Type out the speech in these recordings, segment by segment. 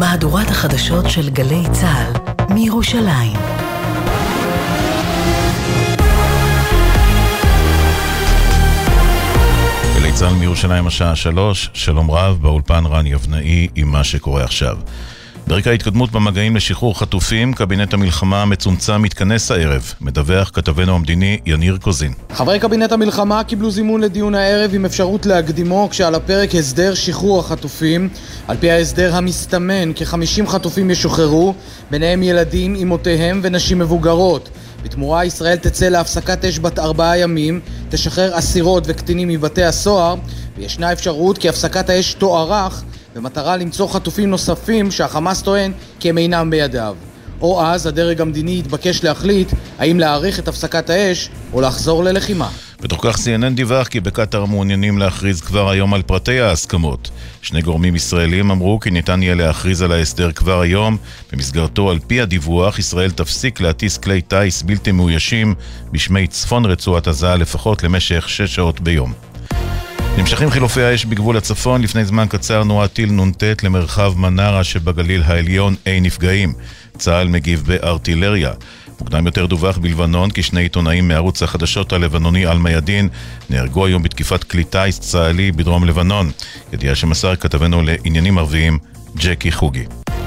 מהדורת החדשות של גלי צה"ל מירושלים. גלי צה"ל מירושלים השעה 3, שלום רב, באולפן רן יבנאי עם מה שקורה עכשיו. ברקע ההתקדמות במגעים לשחרור חטופים, קבינט המלחמה המצומצם מתכנס הערב, מדווח כתבנו המדיני יניר קוזין. חברי קבינט המלחמה קיבלו זימון לדיון הערב עם אפשרות להקדימו, כשעל הפרק הסדר שחרור החטופים. על פי ההסדר המסתמן, כ-50 חטופים ישוחררו, ביניהם ילדים, אמותיהם ונשים מבוגרות. בתמורה ישראל תצא להפסקת אש בת 4 ימים, תשחרר אסירות וקטינים מבתי הסוהר, וישנה אפשרות כי הפסקת האש תוארך במטרה למצוא חטופים נוספים שהחמאס טוען כי הם אינם בידיו. או אז הדרג המדיני יתבקש להחליט האם להאריך את הפסקת האש או לחזור ללחימה. בתוך כך CNN דיווח כי בקטר מעוניינים להכריז כבר היום על פרטי ההסכמות. שני גורמים ישראלים אמרו כי ניתן יהיה להכריז על ההסדר כבר היום. במסגרתו, על פי הדיווח, ישראל תפסיק להטיס כלי טייס בלתי מאוישים בשמי צפון רצועת עזה לפחות למשך 6 שעות ביום. נמשכים חילופי האש בגבול הצפון. לפני זמן קצר נורה טיל נ"ט למרחב מנרה שבגליל העליון, אין נפגעים. צה"ל מגיב בארטילריה. מוקדם יותר דווח בלבנון כי 2 עיתונאים מערוץ החדשות הלבנוני אל-מיאדין נהרגו היום בתקיפת כלי טייס צה"לי בדרום לבנון. ידיעה שמסר כתבנו לעניינים ערביים ג'קי חוגי.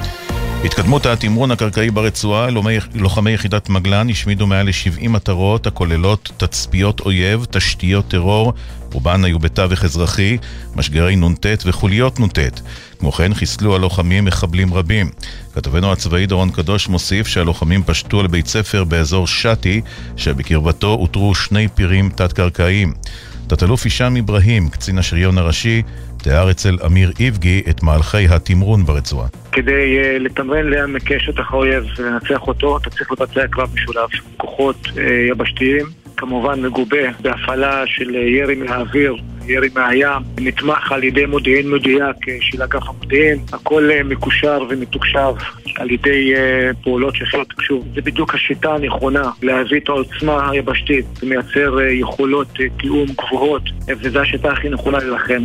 התקדמות התמרון הקרקעי ברצועה, לוחמי יחידת מגלן השמידו מעל ל70 מטרות הכוללות תצפיות אויב, תשתיות טרור, רובן היו בתווך אזרחי, משגרי נ"ט וחוליות נ"ט. כמו כן חיסלו הלוחמים מחבלים רבים. כתבנו הצבאי דורון קדוש מוסיף שהלוחמים פשטו על בית ספר באזור שתי, שבקרבתו אותרו 2 פירים תת-קרקעיים. תת-אלוף הישאם אברהים, קצין השריון הראשי, תיאר אצל אמיר איבגי את מהלכי התמרון ברצועה. כדי לתמרן לעמק את האויב ולנצח אותו, אתה צריך לבצע קרב משולב. כוחות יבשתיים, כמובן מגובה בהפעלה של ירי מהאוויר, ירי מהים, נתמך על ידי מודיעין מדויק של אגף המודיעין, הכל מקושר ומתוקשב על ידי פעולות של חיל התקשוב. זה בדיוק השיטה הנכונה להביא את העוצמה היבשתית ומייצר יכולות תיאום גבוהות, וזו השיטה הכי נכונה ללחם.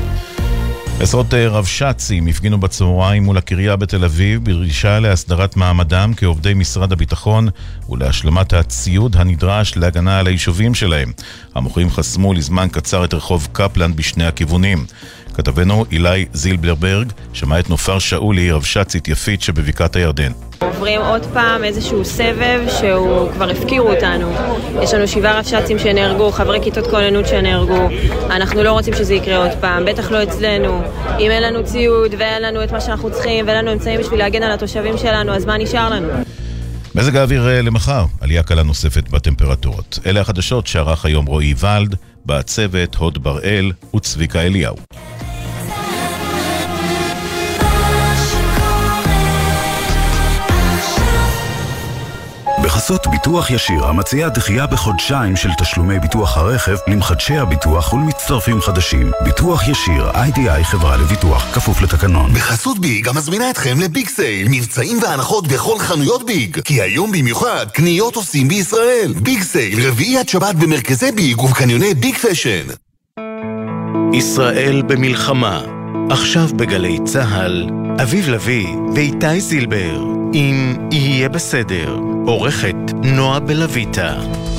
עשרות רבש"צים הפגינו בצהריים מול הקריה בתל אביב בדרישה להסדרת מעמדם כעובדי משרד הביטחון ולהשלמת הציוד הנדרש להגנה על היישובים שלהם. המוחים חסמו לזמן קצר את רחוב קפלן בשני הכיוונים. כתבנו אילי זילברברג שמע את נופר שאולי, רבש"צית יפית שבבקעת הירדן. עוברים עוד פעם איזשהו סבב שהוא כבר הפקירו אותנו. יש לנו 7 רבש"צים שנהרגו, חברי כיתות כוננות שנהרגו. אנחנו לא רוצים שזה יקרה עוד פעם, בטח לא אצלנו. אם אין לנו ציוד ואין לנו את מה שאנחנו צריכים ואין לנו אמצעים בשביל להגן על התושבים שלנו, אז מה נשאר לנו? מזג האוויר למחר, עלייה קלה נוספת בטמפרטורות. אלה החדשות שערך היום רועי ולד, בצוות הוד בראל וצביקה אליהו. בחסות ביטוח ישיר, המציע דחייה בחודשיים של תשלומי ביטוח הרכב למחדשי הביטוח ולמצטרפים חדשים. ביטוח ישיר, IDI חברה לביטוח, כפוף לתקנון. בחסות ביג, המזמינה אתכם לביג סייל, מבצעים והנחות בכל חנויות ביג. כי היום במיוחד, קניות עושים בישראל. ביג סייל, רביעי עד שבת במרכזי ביג ובקניוני ביג פשן. ישראל במלחמה. עכשיו בגלי צהל, אביב לוי ואיתי זילבר. אם יהיה בסדר, עורכת נועה בלויטה.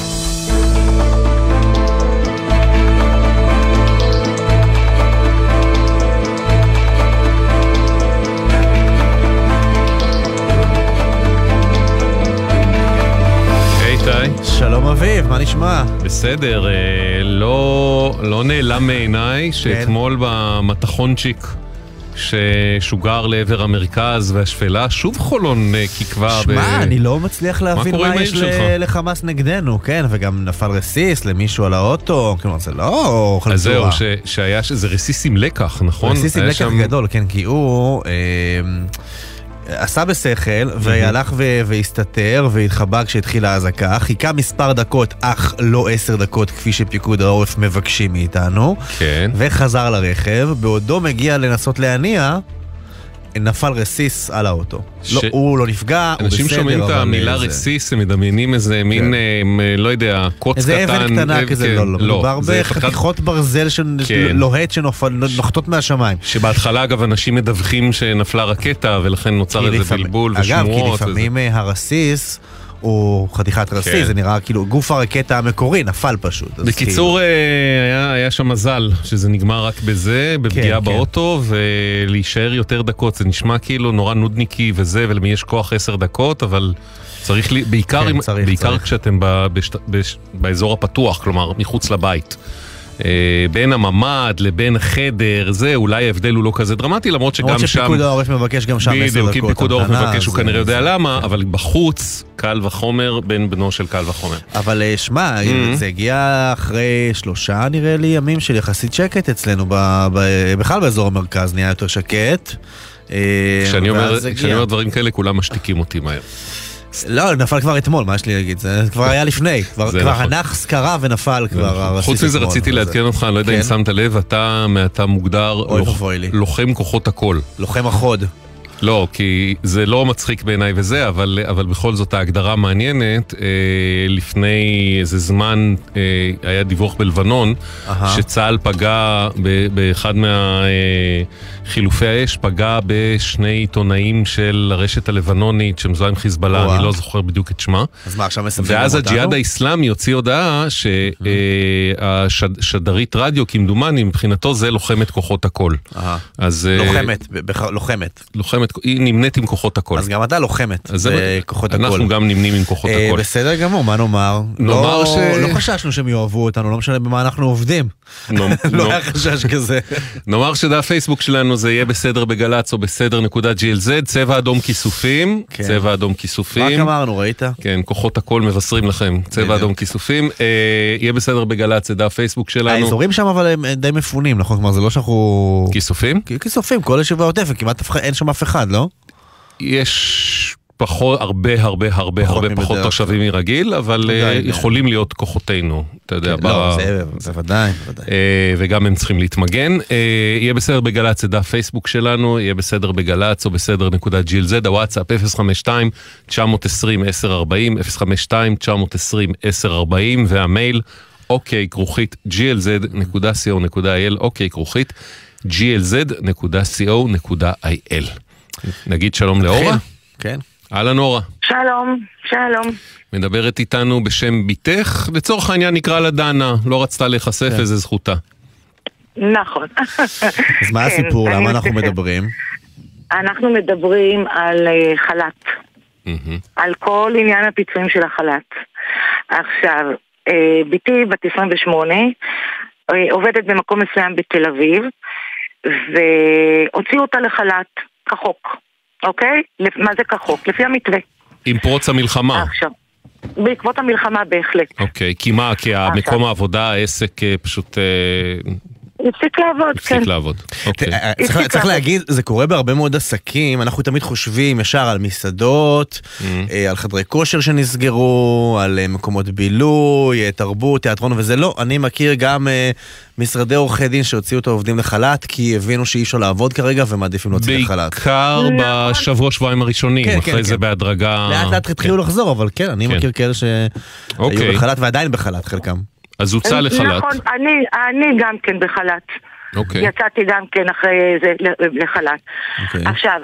שלום אביב, מה נשמע? בסדר, לא נעלם מעיניי שאתמול במתחונצ'יק ששוגר לעבר המרכז והשפלה, שוב חולון כיכבה. שמע, אני לא מצליח להבין מה יש לחמאס נגדנו, כן, וגם נפל רסיס למישהו על האוטו, כלומר זה לא חלצורה. אז זהו, שהיה שזה רסיס עם לקח, נכון? רסיס עם לקח גדול, כן, כי הוא עשה בשכל והלך והסתתר והתחבא כשהתחילה ההזקה, חיכה מספר דקות אך לא 10 דקות כפי שפיקוד העורף מבקשים מאיתנו, כן. וחזר לרכב. בעודו מגיע לנסות להניע, נפל רסיס על האוטו. הוא לא נפגע, הוא בסדר. אנשים שומעים את המילה רסיס, הם מדמיינים איזה מין, לא יודע, קוץ קטן. איזה אבן קטנה כזה, לא. מדובר בחתיכות ברזל לוהט שנוחתות מהשמיים. שבהתחלה, אגב, אנשים מדווחים שנפלה רקטה, ולכן נוצר איזה בלבול ושמועות. אגב, כי לפעמים הרסיס הוא חתיכת רסיס, זה נראה כאילו גוף הרקטה המקורי נפל פשוט. בקיצור, היה שם מזל שזה נגמר רק בזה, בפגיעה באוטו, ולהישאר יותר דקות. זה נשמע כאילו נורא נודניקי וזה, ולמי יש כוח 10 דקות, אבל צריך, בעיקר כשאתם באזור הפתוח, כלומר מחוץ לבית. בין הממד לבין חדר, זה אולי ההבדל הוא לא כזה דרמטי, למרות שגם שם... שפיקוד העורף מבקש גם שם 10 דקות. בדיוק, כי פיקוד העורף מבקש, הוא כנראה יודע למה, אבל בחוץ, קל וחומר, בין בנו של קל וחומר. אבל שמע, זה הגיע אחרי 3 נראה לי ימים של יחסית שקט אצלנו, בכלל באזור המרכז נהיה יותר שקט. כשאני אומר דברים כאלה, כולם משתיקים אותי מהר. לא, נפל כבר אתמול, מה יש לי להגיד? זה כבר היה לפני, כבר הנח קרה ונפל כבר הרסיס. חוץ מזה רציתי לעדכן אותך, אני לא יודע אם שמת לב, אתה מוגדר לוחם כוחות הכל. לוחם החוד. לא, כי זה לא מצחיק בעיניי וזה, אבל בכל זאת ההגדרה מעניינת. לפני איזה זמן היה דיווח בלבנון, שצהל פגע באחד מהחילופי האש, פגע בשני עיתונאים של הרשת הלבנונית, שמזוהה עם חיזבאללה, אני לא זוכר בדיוק את שמה. אז מה, עכשיו מספרים אותנו? ואז הג'יהאד האסלאמי הוציא הודעה שהשדרית רדיו, כמדומני, מבחינתו זה לוחמת כוחות הכל. לוחמת. היא נמנית עם כוחות הכל. אז גם אתה לוחמת בכוחות הכל. אנחנו גם נמנים עם כוחות הכל. בסדר גמור, מה נאמר? לא חששנו שהם יאהבו אותנו, לא משנה במה אנחנו עובדים. לא היה חשש כזה. נאמר שדף פייסבוק שלנו זה יהיה בסדר בגלץ או בסדר.glz, צבע אדום כיסופים. צבע אדום כיסופים. רק אמרנו, ראית? כן, כוחות הכל מבשרים לכם. צבע אדום כיסופים. יהיה בסדר בגלץ, זה דף פייסבוק שלנו. האזורים שם אבל הם די מפונים, נכון? כלומר, זה לא שאנחנו... כיסופים? כיסופים, כל ישיבה העוטף, כמעט אין שם אף אחד, לא? יש הרבה פחות תושבים מרגיל, אבל יכולים להיות כוחותינו, אתה יודע. לא, זה ודאי. וגם הם צריכים להתמגן. יהיה בסדר בגלץ, זה דף פייסבוק שלנו, יהיה בסדר בגלץ או בסדר.glz, הוואטסאפ 052-920-1040, 052-920-1040, והמייל ok@glz.co.il, ok@glz.co.il. נגיד שלום לאורה. כן. אהלן אורה. שלום. מדברת איתנו בשם ביתך, לצורך העניין נקרא לה דנה, לא רצתה להיחשף, איזה זכותה. נכון. אז מה הסיפור? למה אנחנו מדברים? אנחנו מדברים על חל"ת. על כל עניין הפיצויים של החל"ת. עכשיו, ביתי בת 28, עובדת במקום מסוים בתל אביב, והוציאו אותה לחל"ת כחוק. אוקיי? מה זה כחוק? לפי המתווה. עם פרוץ המלחמה. עכשיו, בעקבות המלחמה בהחלט. אוקיי, כי מה? כי המקום העבודה, העסק פשוט... הפסיק לעבוד, כן. הפסיק לעבוד, אוקיי. צריך להגיד, זה קורה בהרבה מאוד עסקים, אנחנו תמיד חושבים ישר על מסעדות, על חדרי כושר שנסגרו, על מקומות בילוי, תרבות, תיאטרון, וזה לא. אני מכיר גם משרדי עורכי דין שהוציאו את העובדים לחל"ת, כי הבינו שאי אפשר לעבוד כרגע ומעדיפים להוציא לחל"ת. בעיקר בשבוע-שבועיים הראשונים, אחרי זה בהדרגה... לאט התחילו לחזור, אבל כן, אני מכיר כאלה שהיו בחל"ת ועדיין בחל"ת חלקם. אז הוצא לחל"ת. נכון, אני גם כן בחל"ת. יצאתי גם כן אחרי זה לחל"ת. עכשיו,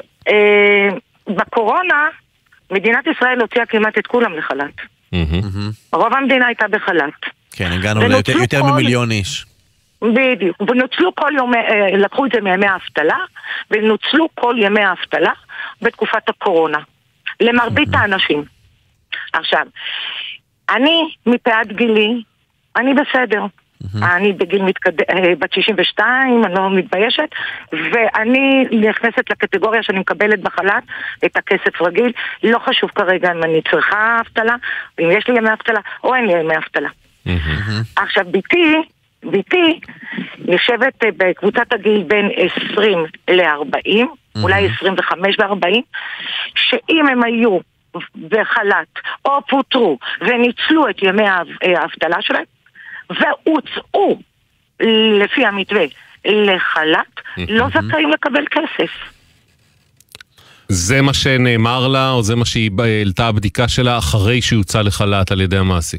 בקורונה, מדינת ישראל הוציאה כמעט את כולם לחל"ת. רוב המדינה הייתה בחל"ת. כן, הגענו ליותר ממיליון איש. בדיוק, ונוצלו כל יומי, לקחו את זה מימי האבטלה, ונוצלו כל ימי האבטלה בתקופת הקורונה. למרבית האנשים. עכשיו, אני מפאת גילי, אני בסדר. אני בגיל בת 62, אני לא מתביישת, ואני נכנסת לקטגוריה שאני מקבלת בחל"ת את הכסף רגיל. לא חשוב כרגע אם אני צריכה אבטלה, אם יש לי ימי אבטלה או אין לי ימי אבטלה. עכשיו, ביתי יושבת בקבוצת הגיל בין 20 ל-40, אולי 25 ו-40, שאם הם היו בחל"ת או פוטרו וניצלו את ימי האבטלה שלהם והוצאו לפי המתווה לחל"ת, לא זכאים לקבל כסף. זה מה שנאמר לה, או זה מה שהיא העלתה הבדיקה שלה אחרי שהוצא לחל"ת על ידי המעסיק?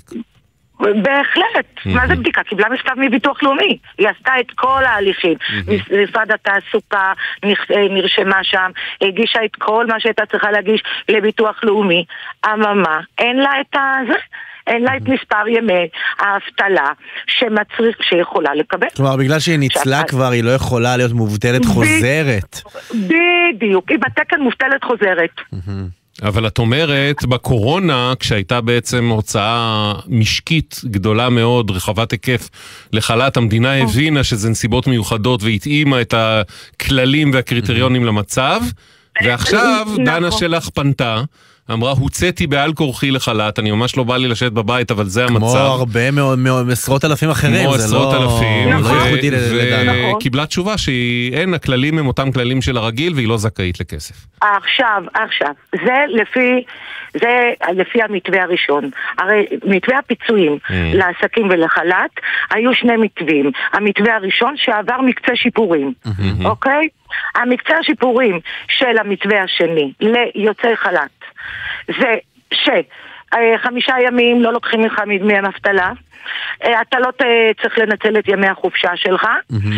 בהחלט, מה זה בדיקה? קיבלה מכתב מביטוח לאומי, היא עשתה את כל ההליכים, משרד התעסוקה נרשמה שם, הגישה את כל מה שהייתה צריכה להגיש לביטוח לאומי, אממה, אין לה את זה, אין לה את מספר ימי האבטלה שיכולה לקבל. כלומר, בגלל שהיא ניצלה כבר, היא לא יכולה להיות מובטלת חוזרת. בדיוק, היא בתקן מובטלת חוזרת. אבל את אומרת, בקורונה, כשהייתה בעצם הוצאה משקית גדולה מאוד, רחבת היקף לחל"ת, המדינה הבינה שזה נסיבות מיוחדות והתאימה את הכללים והקריטריונים למצב, ועכשיו דנה שלך פנתה, אמרה, הוצאתי בעל כורחי לחל"ת, אני ממש לא בא לי לשבת בבית, אבל זה המצב. כמו הרבה מאוד, עשרות אלפים אחרים. כמו עשרות אלפים, וקיבלה תשובה שאין, הכללים הם אותם כללים של הרגיל, והיא לא זכאית לכסף. עכשיו, זה לפי המתווה הראשון. הרי מתווה הפיצויים לעסקים ולחל"ת, היו שני מתווים. המתווה הראשון שעבר מקצה שיפורים, אוקיי? המקצה השיפורים של המתווה השני ליוצאי חל"ת, זה ש5 ימים לא לוקחים לך מדמי האבטלה, אתה לא צריך לנצל את ימי החופשה שלך,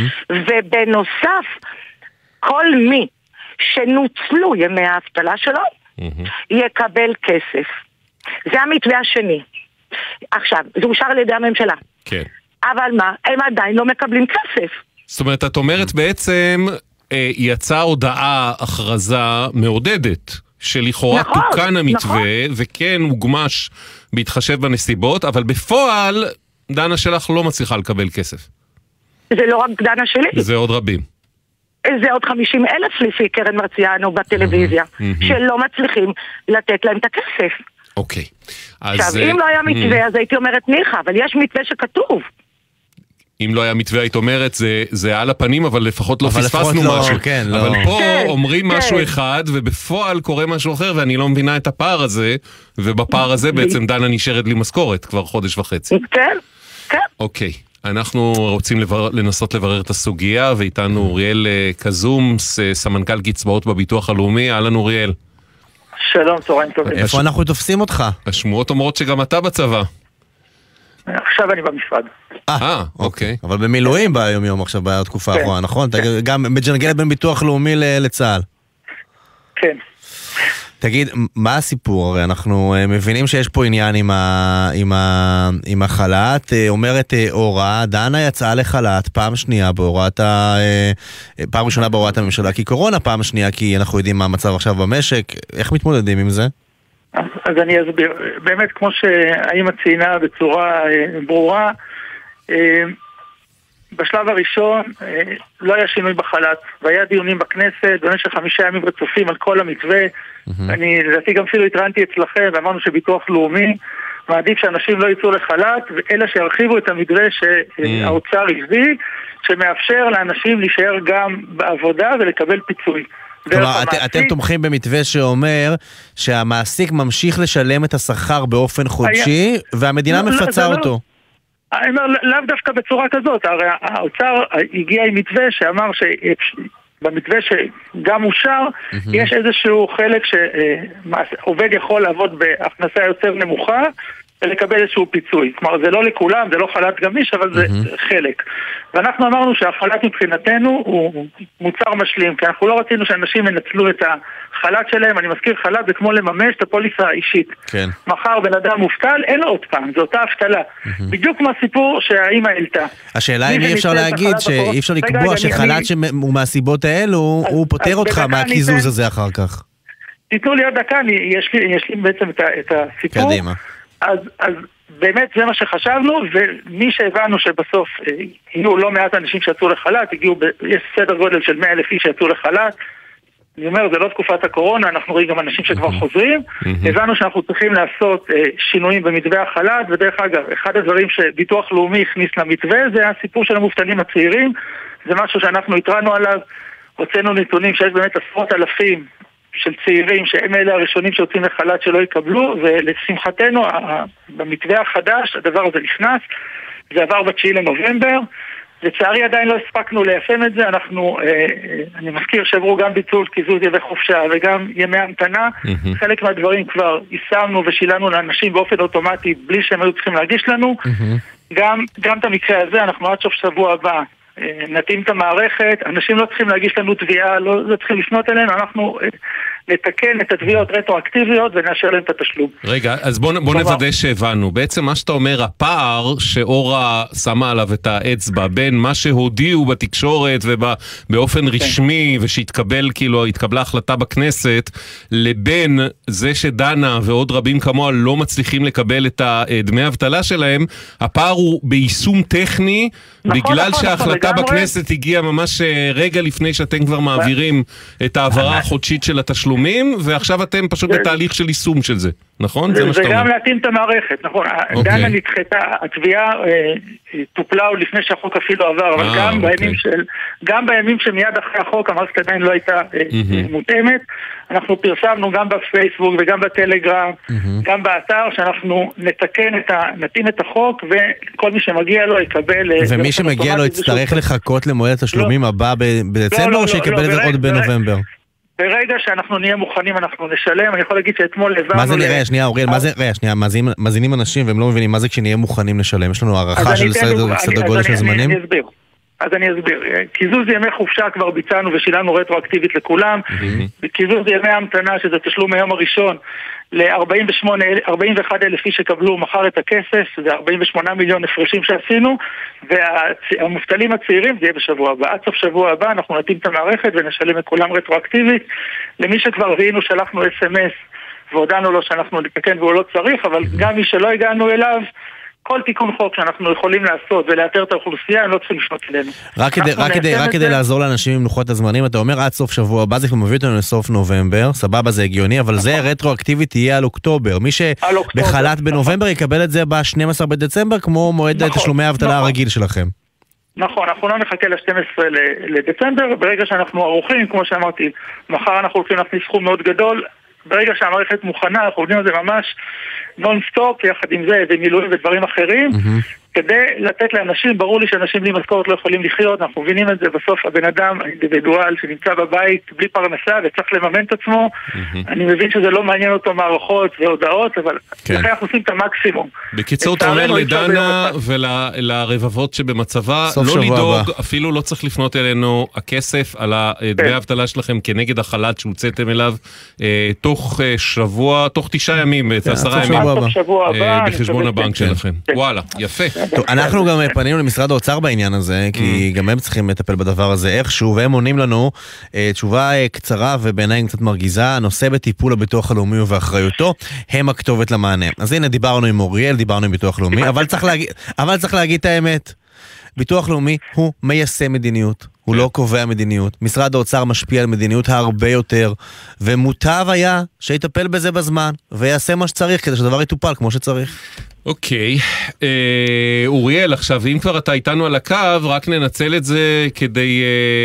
ובנוסף, כל מי שנוצלו ימי האבטלה שלו, יקבל כסף. זה המתווה השני. עכשיו, זה אושר על ידי הממשלה. כן. אבל מה? הם עדיין לא מקבלים כסף. זאת אומרת, את אומרת בעצם, יצאה הודעה, הכרזה מעודדת, שלכאורה תוקן המתווה, וכן מוגמש בהתחשב בנסיבות, אבל בפועל, דנה שלך לא מצליחה לקבל כסף. זה לא רק דנה שלי. זה עוד רבים. זה עוד 50,000 לפי קרן מרציאנו בטלוויזיה, שלא מצליחים לתת להם את הכסף. אוקיי. עכשיו, אם לא היה מתווה, אז הייתי אומרת ניחה, אבל יש מתווה שכתוב. אם לא היה מתווה, היית אומרת, זה על הפנים, אבל לפחות לא פספסנו משהו. אבל פה אומרים משהו אחד, ובפועל קורה משהו אחר, ואני לא מבינה את הפער הזה, ובפער הזה בעצם דנה נשארת לי משכורת, כבר חודש וחצי. כן, כן. אוקיי, אנחנו רוצים לנסות לברר את הסוגיה, ואיתנו אוריאל קזום, סמנכ"ל קצבאות בביטוח הלאומי. אהלן אוריאל. שלום, צהריים טובים. איפה אנחנו תופסים אותך? השמועות אומרות שגם אתה בצבא. עכשיו אני במשרד. אוקיי. אבל במילואים ביום יום עכשיו, בתקופה האחרונה, נכון? גם מג'נגלת בין ביטוח לאומי לצה"ל. כן. תגיד, מה הסיפור? הרי אנחנו מבינים שיש פה עניין עם החל"ת. אומרת אורה, דנה יצאה לחל"ת פעם שנייה פעם ראשונה בהוראת הממשלה כי קורונה, פעם שנייה כי אנחנו יודעים מה המצב עכשיו במשק. איך מתמודדים עם זה? אז אני אסביר. באמת, כמו שהאמא ציינה בצורה ברורה, בשלב הראשון לא היה שינוי בחל"ת, והיה דיונים בכנסת במשך 5 ימים רצופים על כל המתווה. אני לדעתי גם אפילו התרענתי אצלכם ואמרנו שביטוח לאומי מעדיף שאנשים לא יצאו לחל"ת, ואלה שירחיבו את המתווה שהאוצר הביא, שמאפשר לאנשים להישאר גם בעבודה ולקבל פיצוי. כלומר, אתם תומכים במתווה שאומר שהמעסיק ממשיך לשלם את השכר באופן חודשי, והמדינה מפצה אותו. אני אומר, לאו דווקא בצורה כזאת. הרי האוצר הגיע עם מתווה שאמר שבמתווה שגם אושר, יש איזשהו חלק שעובד יכול לעבוד בהכנסה יותר נמוכה, ולקבל איזשהו פיצוי. כלומר, זה לא לכולם, זה לא חל"ת גמיש, אבל זה חלק. ואנחנו אמרנו שהחל"ת מבחינתנו הוא מוצר משלים, כי אנחנו לא רצינו שאנשים ינצלו את החל"ת שלהם. אני מזכיר, חל"ת זה כמו לממש את הפוליסה האישית. כן. מחר בן אדם מובטל, אין לו עוד פעם, זו אותה אבטלה. בדיוק מהסיפור שהאמא העלתה. השאלה אם אי אפשר להגיד, שאי אפשר לקבוע שחל"ת שהוא מהסיבות האלו, הוא פותר אותך מהקיזוז הזה אחר כך. תיתנו לי עוד דקה, יש לי בעצם את הסיפור. קדימה. אז באמת זה מה שחשבנו, ומי שהבנו שבסוף יהיו לא מעט אנשים שיצאו לחל"ת, יש סדר גודל של 100,000 איש שיצאו לחל"ת. אני אומר, זה לא תקופת הקורונה, אנחנו רואים גם אנשים שכבר חוזרים. הבנו שאנחנו צריכים לעשות שינויים במתווה החל"ת, ודרך אגב, אחד הדברים שביטוח לאומי הכניס למתווה, זה הסיפור של המובטלים הצעירים. זה משהו שאנחנו התרענו עליו, הוצאנו נתונים שיש באמת עשרות אלפים של צעירים שהם אלה הראשונים שיוצאים לחל"ת שלא יקבלו, ולשמחתנו במתווה החדש הדבר הזה נכנס, זה עבר ב9 לנובמבר, לצערי עדיין לא הספקנו ליישם את זה, אני מזכיר שעברו גם ביטול קיזוז ימי חופשה וגם ימי המתנה, חלק מהדברים כבר יישמנו ושילנו לאנשים באופן אוטומטי בלי שהם היו צריכים להגיש לנו, גם את המקרה הזה אנחנו עד סוף שבוע הבא נתאים את המערכת, אנשים לא צריכים להגיש לנו תביעה, לא צריכים לפנות אלינו, אנחנו לתקן את התביעות רטרואקטיביות ונאשר להם את התשלום. רגע, אז בוא נוודא שהבנו. בעצם מה שאתה אומר, הפער שאורה שמה עליו את האצבע בין מה שהודיעו בתקשורת ובאופן רשמי ושהתקבל, כאילו התקבלה החלטה בכנסת, לבין זה שדנה ועוד רבים כמוה לא מצליחים לקבל את דמי האבטלה שלהם, הפער הוא ביישום טכני, בגלל שההחלטה בכנסת הגיעה ממש רגע לפני שאתם כבר מעבירים את העברה החודשית של התשלום. ועכשיו אתם פשוט בתהליך של יישום של זה, נכון? זה גם להתאים את המערכת, נכון. דנה נדחתה, התביעה טופלה עוד לפני שהחוק אפילו עבר, אבל גם בימים שמיד אחרי החוק המערכת עדיין לא הייתה מותאמת, אנחנו פרסמנו גם בפייסבוק וגם בטלגרם, גם באתר, שאנחנו נתאים את החוק וכל מי שמגיע לו יקבל... ומי שמגיע לו יצטרך לחכות למועד התשלומים הבא בדצמבר או שיקבל את זה עוד בנובמבר? ברגע שאנחנו נהיה מוכנים, אנחנו נשלם. אני יכול להגיד שאתמול לבנו... מה זה נראה? שנייה, אוריאל, מה זה? שנייה, מאזינים אנשים והם לא מבינים מה זה כשנהיה מוכנים לשלם. יש לנו הערכה של סדר גודל של זמנים? אז אני אסביר. קיזוז ימי חופשה כבר ביצענו ושילנו רטרואקטיבית לכולם. קיזוז ימי המתנה, שזה תשלום היום הראשון, ל-41,000 איש שקבלו מחר את הכסף, זה 48 מיליון הפרשים שעשינו, והמובטלים הצעירים זה יהיה בשבוע הבא. עד סוף שבוע הבא אנחנו נתאים את המערכת ונשלם את כולם רטרואקטיבית. למי שכבר ראינו שלחנו SMS והודענו לו שאנחנו נתקן והוא לא צריך, אבל גם מי שלא הגענו אליו, כל תיקון חוק שאנחנו יכולים לעשות ולאתר את האוכלוסייה, הם לא צריכים לשנות אלינו. רק כדי לעזור לאנשים עם לוחות הזמנים, אתה אומר עד סוף שבוע הבא, זה כבר מביא אותנו לסוף נובמבר, סבבה, זה הגיוני, אבל זה רטרואקטיבית יהיה על אוקטובר. מי שבחל"ת בנובמבר יקבל את זה ב-12 בדצמבר, כמו מועד תשלומי האבטלה הרגיל שלכם. נכון, אנחנו לא נחכה ל-12 לדצמבר, ברגע שאנחנו ערוכים, כמו שאמרתי, מחר אנחנו הולכים להכניס סכום מאוד גדול, ברגע שהמערכת מוכנה, אנחנו עובדים על זה ממש נון-סטופ, יחד עם זה, ומילואים ודברים אחרים, כדי לתת לאנשים, ברור לי שאנשים בלי משכורת לא יכולים לחיות, אנחנו מבינים את זה, בסוף הבן אדם האינדיבידואל שנמצא בבית בלי פרנסה וצריך לממן את עצמו, אני מבין שזה לא מעניין אותו מערכות והודעות, אבל לכן אנחנו עושים את המקסימום. בקיצור, אתה אומר לדנה ולרבבות שבמצבה, לא לדאוג, אפילו לא צריך לפנות אלינו הכסף על דמי האבטלה שלכם כנגד החל"ת שהוצאתם אליו, תוך שבוע, תוך 9 ימים, 10 ימים, בחשבון הבנק שלכם. וואלה, יפה. טוב, אנחנו גם פנינו למשרד האוצר בעניין הזה, כי גם הם צריכים לטפל בדבר הזה איכשהו, והם עונים לנו תשובה קצרה ובעיניי קצת מרגיזה, הנושא בטיפול הביטוח הלאומי ובאחריותו, הם הכתובת למענה. אז הנה, דיברנו עם אוריאל, דיברנו עם ביטוח לאומי, אבל צריך להגיד את האמת. ביטוח לאומי הוא מיישם מדיניות, הוא לא קובע מדיניות. משרד האוצר משפיע על מדיניות הרבה יותר, ומוטב היה שיטפל בזה בזמן, ויעשה מה שצריך כדי שדבר יטופל כמו שצריך. אוקיי, אוריאל, עכשיו, אם כבר אתה איתנו על הקו, רק ננצל את זה כדי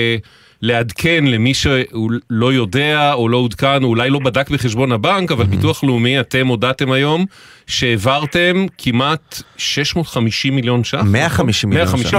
לעדכן למי שלא יודע או לא עודכן, או אולי לא בדק בחשבון הבנק, אבל ביטוח לאומי, אתם הודעתם היום שהעברתם כמעט 650 מיליון ש"ח. 150 מיליון ש"ח.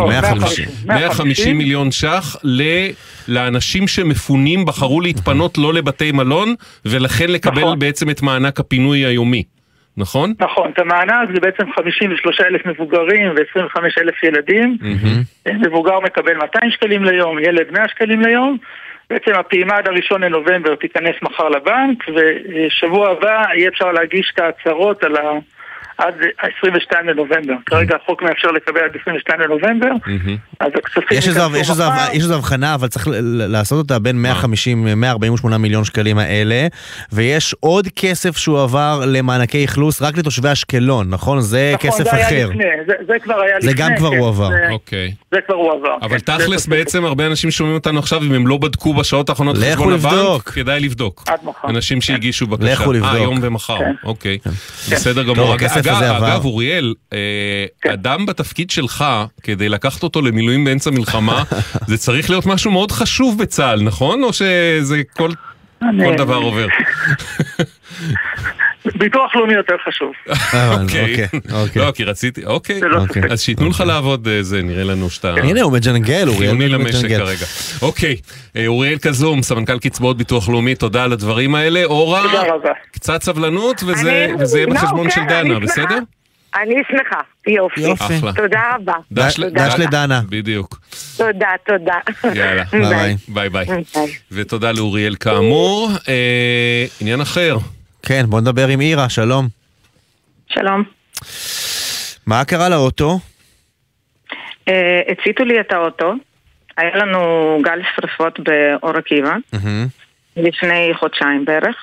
150 מיליון ש"ח לאנשים שמפונים, בחרו להתפנות לא לבתי מלון, ולכן לקבל בעצם את מענק הפינוי היומי. נכון? נכון, את המענק זה בעצם 53,000 מבוגרים ו25,000 ילדים. מבוגר מקבל 200 שקלים ליום, ילד 100 שקלים ליום. בעצם הפעימה עד 1 לנובמבר תיכנס מחר לבנק, ושבוע הבא יהיה אפשר להגיש את ההצהרות עד 22 לנובמבר. כרגע החוק מאפשר לקבל עד 22 לנובמבר. אז הכספים... יש איזו הבחנה, אבל צריך לעשות אותה בין 148 מיליון שקלים האלה, ויש עוד כסף שהוא עבר למענקי אכלוס רק לתושבי אשקלון, נכון? זה כסף אחר. זה כבר היה לפני. זה גם כבר הוא עבר. אוקיי. זה כבר הוא עבר. אבל תכלס בעצם הרבה אנשים שומעים אותנו עכשיו, אם הם לא בדקו בשעות האחרונות חשבון הבנק, כדאי לבדוק. אנשים שהגישו בקשה. היום ומחר. אוקיי. בסדר גמור. אגב, אוריאל, אדם בתפקיד שלך, כדי לקחת אותו למילואים באמצע מלחמה, זה צריך להיות משהו מאוד חשוב בצה"ל, נכון? או שזה כל דבר עובר? ביטוח לאומי יותר חשוב. אוקיי. לא, כי רציתי, אוקיי. אז שיתנו לך לעבוד, זה נראה לנו שאתה... הנה, הוא מג'נגל, חיוני למשק כרגע. אוקיי, אוריאל קזום, סמנכ"ל קצבאות ביטוח לאומי, תודה על הדברים האלה. אורה, קצת סבלנות, וזה יהיה בחשבון של דנה, בסדר? אני שמחה, יופי. תודה רבה. דש לדנה. בדיוק. תודה. יאללה, ביי. ותודה לאוריאל כאמור. עניין אחר. כן, בוא נדבר עם אירה, שלום. שלום. מה קרה לאוטו? הציתו לי את האוטו. היה לנו גל שרפות באור עקיבא, לפני חודשיים בערך.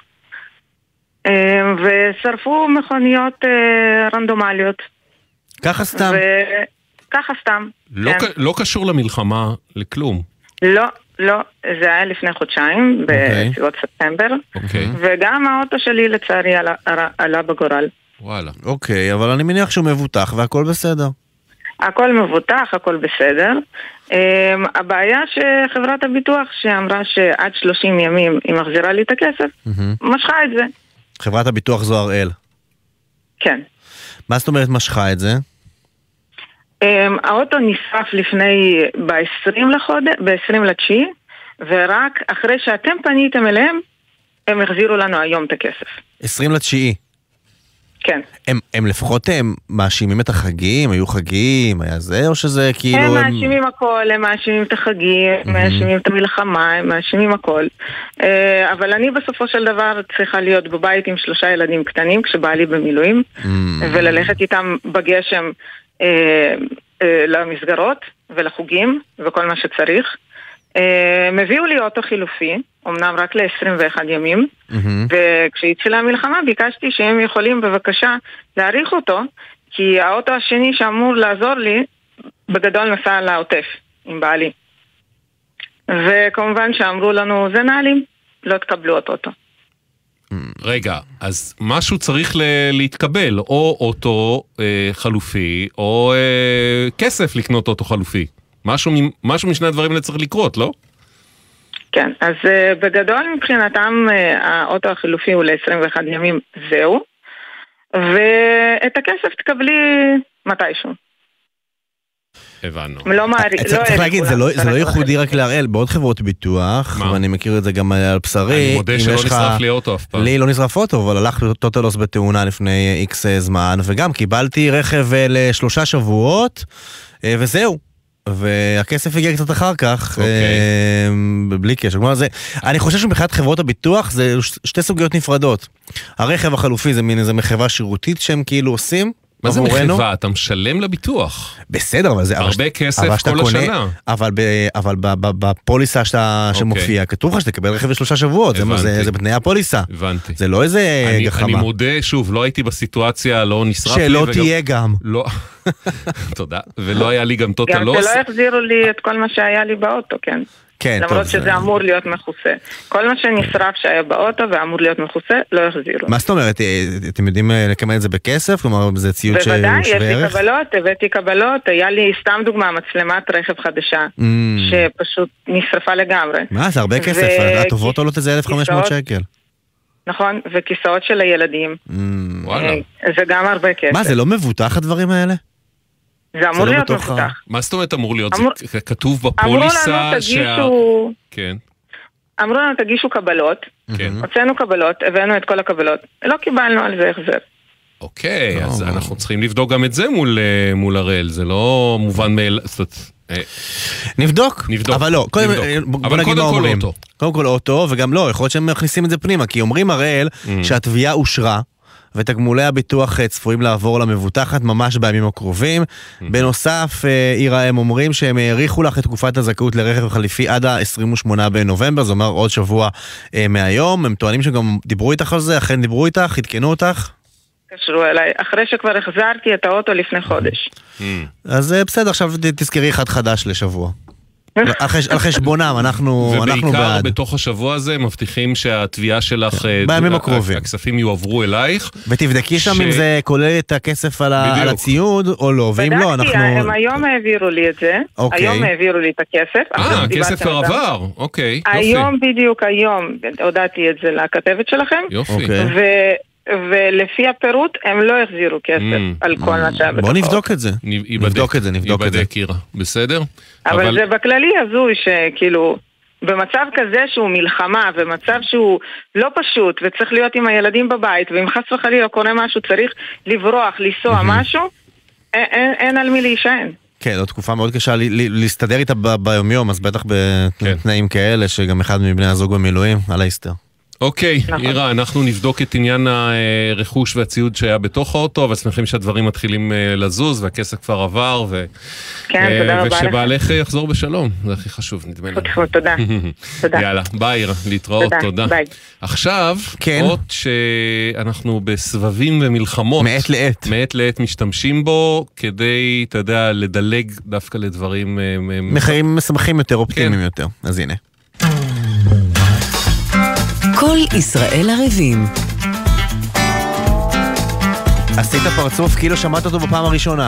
ושרפו מכוניות רנדומליות. ככה סתם? ככה סתם. לא קשור למלחמה, לכלום. לא, זה היה לפני חודשיים, בסביבות ספטמבר. וגם האוטו שלי לצערי עלה בגורל. וואלה. אוקיי, אבל אני מניח שהוא מבוטח והכל בסדר. הכל מבוטח, הכל בסדר. הבעיה שחברת הביטוח שאמרה שעד 30 ימים היא מחזירה לי את הכסף, משכה את זה. חברת הביטוח זו הראל. כן. מה זאת אומרת משכה את זה? האוטו נשרף לפני ב-20 ורק אחרי שאתם פניתם אליהם, הם החזירו לנו היום את הכסף. 20 כן. הם לפחות מאשימים את החגים, היו חגים, היה זה, או שזה כאילו... הם מאשימים הכל, הם מאשימים את החגים, הם מאשימים את המלחמה, הם מאשימים הכל. אבל אני בסופו של דבר צריכה להיות בבית עם 3 ילדים קטנים, כשבעלי במילואים, וללכת איתם בגשם למסגרות ולחוגים, וכל מה שצריך. הם הביאו לי אוטו חילופי, אמנם רק ל-21 ימים, וכשהתחילה המלחמה ביקשתי שהם יכולים בבקשה להאריך אותו, כי האוטו השני שאמור לעזור לי, בגדול נסע לעוטף עם בעלי. וכמובן שאמרו לנו, זה נעלים, לא תקבלו את אוטו. רגע, אז משהו צריך להתקבל, או אוטו חלופי, או כסף לקנות אוטו חלופי. משהו משני הדברים האלה צריך לקרות, לא? כן, אז בגדול מבחינתם האוטו החילופי הוא ל-21 ימים, זהו. ואת הכסף תקבלי מתישהו. הבנו. צריך להגיד, זה לא ייחודי רק להראל, בעוד חברות ביטוח, ואני מכיר את זה גם על בשרי. אני מודה שלא נשרף לי אוטו אף פעם. לי לא נשרף אוטו, אבל הלך טוטלוס בתאונה לפני איקס זמן, וגם קיבלתי רכב ל3 שבועות, וזהו. והכסף הגיע קצת אחר כך, בלי קשר. אני חושב שמבחינת חברות הביטוח זה 2 סוגיות נפרדות. הרכב החלופי זה מין איזה מחווה שירותית שהם כאילו עושים. מה זה מחווה? אתה משלם לביטוח. בסדר, אבל זה... הרבה כסף כל השנה. אבל בפוליסה שמופיע, כתוב לך שתקבל רכב ל3 שבועות. זה בתנאי הפוליסה. הבנתי. זה לא איזה גחמה. אני מודה, שוב, לא הייתי בסיטואציה, לא נשרף לי. שלא תהיה גם. לא. תודה. ולא היה לי גם טוטלוס. גם שלא החזירו לי את כל מה שהיה לי באוטו, כן. למרות שזה אמור להיות מכוסה. כל מה שנשרף שהיה באוטו ואמור להיות מכוסה, לא החזירו. מה זאת אומרת? אתם יודעים לקבל את זה בכסף? כלומר, זה ציוד שווה ערך? בוודאי, יש לי קבלות, הבאתי קבלות. היה לי סתם דוגמה, מצלמת רכב חדשה, שפשוט נשרפה לגמרי. מה? זה הרבה כסף. הטובות עולות את זה 1,500 שקל. נכון, וכיסאות של הילדים. זה גם הרבה כסף. מה, זה לא מבוטח הדברים האלה? זה אמור להיות מפותח. מה זאת אומרת אמור להיות? זה כתוב בפוליסה כן. אמרו לנו תגישו קבלות, הוצאנו קבלות, הבאנו את כל הקבלות, לא קיבלנו על זה החזר. אוקיי, אז אנחנו צריכים לבדוק גם את זה מול הראל, זה לא מובן מאליו. נבדוק, אבל לא, בוא נגיד מה אומרים. קודם כל אוטו, וגם לא, יכול להיות שהם מכניסים את זה פנימה, כי אומרים הראל שהתביעה אושרה, ותגמולי הביטוח צפויים לעבור למבוטחת ממש בימים הקרובים. בנוסף, אירה, הם אומרים שהם העריכו לך את תקופת הזכאות לרכב חליפי עד ה-28 בנובמבר, זאת אומרת עוד שבוע מהיום. הם טוענים שגם דיברו איתך על זה, אכן דיברו איתך, התקנו אותך? קשרו אליי, אחרי שכבר החזרתי את האוטו לפני חודש. אז בסדר, עכשיו תזכרי אחד חדש לשבוע. על חשבונם, אנחנו בעד. ובעיקר בתוך השבוע הזה מבטיחים שהתביעה שלך, בימים הקרובים, הכספים יועברו אלייך. ותבדקי שם אם זה כולל את הכסף על הציוד או לא, ואם לא, אנחנו... הם היום העבירו לי את זה, היום העבירו לי את הכסף. הכסף כבר עבר, אוקיי. היום, בדיוק היום, הודעתי את זה לכתבת שלכם. יופי. ולפי הפירוט הם לא החזירו כסף על כל מה שהיה בתוכו. בוא נבדוק את זה. נבדוק את זה. קירה, בסדר? אבל זה בכללי הזוי שכאילו במצב כזה שהוא מלחמה ומצב שהוא לא פשוט וצריך להיות עם הילדים בבית ואם חס וחלילה קורה משהו צריך לברוח, לנסוע משהו, אין על מי להישען. כן, זו תקופה מאוד קשה להסתדר איתה ביומיום, אז בטח בתנאים כאלה שגם אחד מבני הזוג במילואים על ההסתר. אוקיי, אירה, אנחנו נבדוק את עניין הרכוש והציוד שהיה בתוך האוטו, אבל שמחים שהדברים מתחילים לזוז, והכסף כבר עבר, ושבעלך יחזור בשלום, זה הכי חשוב, נדמה לי. תודה. יאללה, ביי אירה, להתראות, תודה. עכשיו, עוד שאנחנו בסבבים ומלחמות, מעת לעת משתמשים בו, כדי, אתה יודע, לדלג דווקא לדברים... מחיים משמחים יותר, אופטימיים יותר, אז הנה. כל ישראל ערבים. עשית פרצוף כאילו שמעת אותו בפעם הראשונה.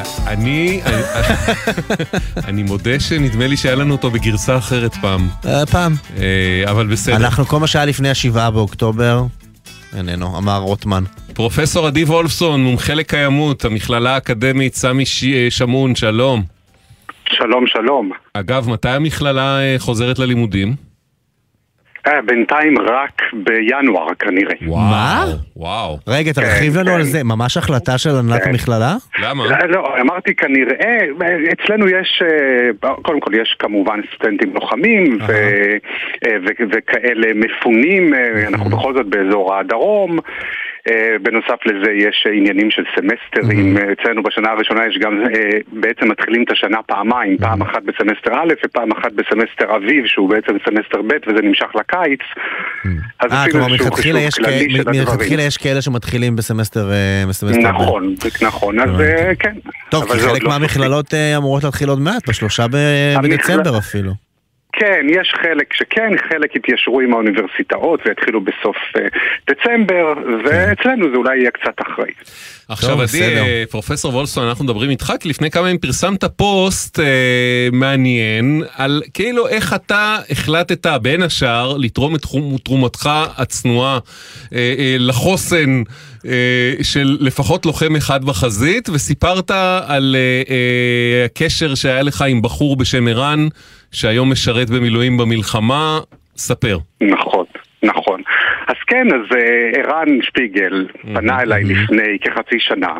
אני מודה שנדמה לי שהיה לנו אותו בגרסה אחרת פעם. אבל בסדר. אנחנו כל מה שהיה לפני 7 באוקטובר, איננו, אמר רוטמן. פרופסור עדי וולפסון, מומחה לקיימות, המכללה האקדמית סמי שמון, שלום. שלום. אגב, מתי המכללה חוזרת ללימודים? בינתיים רק בינואר כנראה. מה? וואו. רגע, תרחיב לנו על זה. ממש החלטה של הנהלת המכללה? למה? לא, אמרתי כנראה, אצלנו יש, קודם כל יש כמובן סטודנטים לוחמים וכאלה מפונים, אנחנו בכל זאת באזור הדרום. בנוסף לזה יש עניינים של סמסטרים, אצלנו בשנה הראשונה יש גם, בעצם מתחילים את השנה פעמיים, פעם אחת בסמסטר א' ופעם אחת בסמסטר אביב, שהוא בעצם סמסטר ב' וזה נמשך לקיץ. כלומר, מלכתחילה יש כאלה שמתחילים בסמסטר ב'. נכון, אז כן. טוב, כי חלק מהמכללות אמורות להתחיל עוד מעט, ב3 בדצמבר אפילו. כן, יש חלק שכן, חלק התיישרו עם האוניברסיטאות והתחילו בסוף דצמבר, ואצלנו זה אולי יהיה קצת אחרי. עכשיו עדי, פרופסור וולפסון, אנחנו מדברים איתך, כי לפני כמה ימים פרסמת פוסט מעניין, על כאילו איך אתה החלטת בין השאר לתרום את תרומתך הצנועה לחוסן של לפחות לוחם אחד בחזית, וסיפרת על הקשר שהיה לך עם בחור בשם ערן, שהיום משרת במילואים במלחמה, ספר. נכון. אז כן, אז ערן שפיגל פנה אליי לפני כחצי שנה,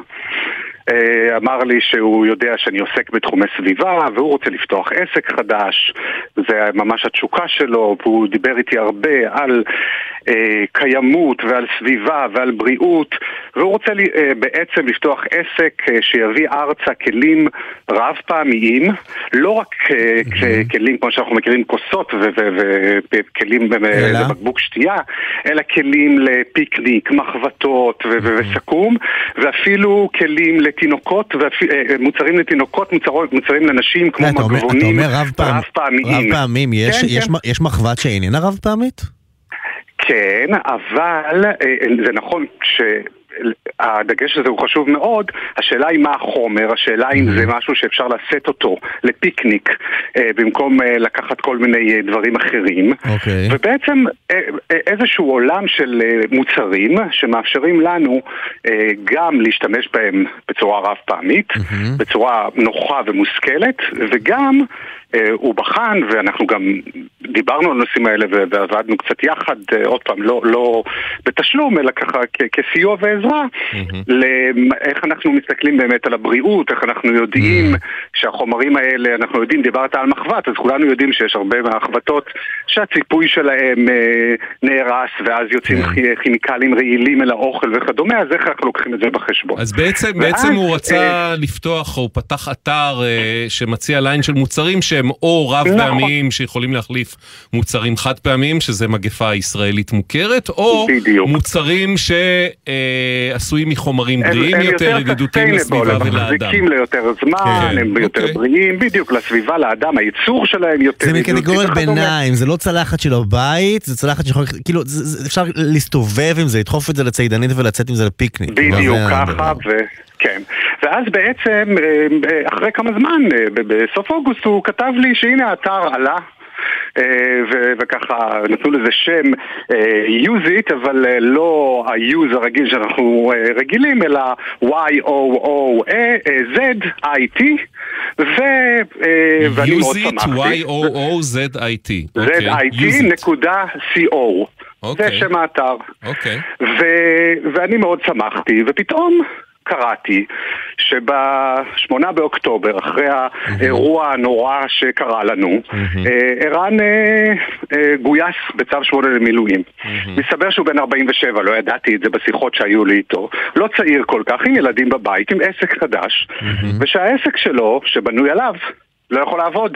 אמר לי שהוא יודע שאני עוסק בתחומי סביבה והוא רוצה לפתוח עסק חדש, זה ממש התשוקה שלו, והוא דיבר איתי הרבה על קיימות ועל סביבה ועל בריאות, והוא רוצה בעצם לפתוח עסק שיביא ארצה כלים רב פעמיים, לא רק כלים כמו שאנחנו מכירים כוסות וכלים לבקבוק שתייה, אלא כלים לפיקניק, מחבטות וסכו"ם, ואפילו כלים לתינוקות, מוצרים לתינוקות, מוצרים לנשים כמו מגבונים רב פעמיים. יש מחבת שאיננה רב פעמית? כן, אבל זה נכון שהדגש הזה הוא חשוב מאוד, השאלה היא מה החומר, השאלה אם זה משהו שאפשר לשאת אותו לפיקניק במקום לקחת כל מיני דברים אחרים, ובעצם איזשהו עולם של מוצרים שמאפשרים לנו גם להשתמש בהם בצורה רב פעמית, בצורה נוחה ומושכלת, וגם הוא בחן, ואנחנו גם דיברנו על הנושאים האלה ועבדנו קצת יחד, עוד פעם, לא בתשלום, אלא ככה כסיוע ועזרה, לאיך אנחנו מסתכלים באמת על הבריאות, איך אנחנו יודעים שהחומרים האלה, אנחנו יודעים, דיברת על מחבת, אז כולנו יודעים שיש הרבה מהחבטות שהציפוי שלהם נהרס, ואז יוצאים כימיקלים רעילים אל האוכל וכדומה, אז איך אנחנו לוקחים את זה בחשבון. אז בעצם הוא רצה לפתוח, או פתח אתר שמציע ליין של מוצרים שהם או רב פעמיים שיכולים להחליף מוצרים חד פעמיים, שזה מגפה ישראלית מוכרת, או מוצרים שעשויים מחומרים בריאים יותר, ידידותיים לסביבה ולאדם. הם מחזיקים ליותר זמן, הם יותר בריאים, בדיוק לסביבה, לאדם, הייצור שלהם יותר ידידותי. זה מקטגוריית ביניים, זה לא צלחת של הבית, זה צלחת שיכול, כאילו, אפשר להסתובב עם זה, לדחוף את זה לציידנית ולצאת עם זה לפיקניק. בדיוק ככה, כן. ואז בעצם, אחרי כמה זמן, בסוף אוגוסט הוא כתב לי שהנה האתר עלה, וככה נתנו לזה שם use it, אבל לא ה-use הרגיל שאנחנו רגילים, אלא Y-O-O-Z-I-T, ואני מאוד שמחתי. Y-O-O-Z-I-T. Z-I-T.co. זה שם האתר. ואני מאוד שמחתי, ופתאום קראתי שב8 באוקטובר, אחרי האירוע הנורא שקרה לנו, ערן גויס בצו 8 למילואים. מסתבר שהוא בן 47, לא ידעתי את זה בשיחות שהיו לי איתו. לא צעיר כל כך, עם ילדים בבית, עם עסק חדש, ושהעסק שלו, שבנוי עליו, לא יכול לעבוד.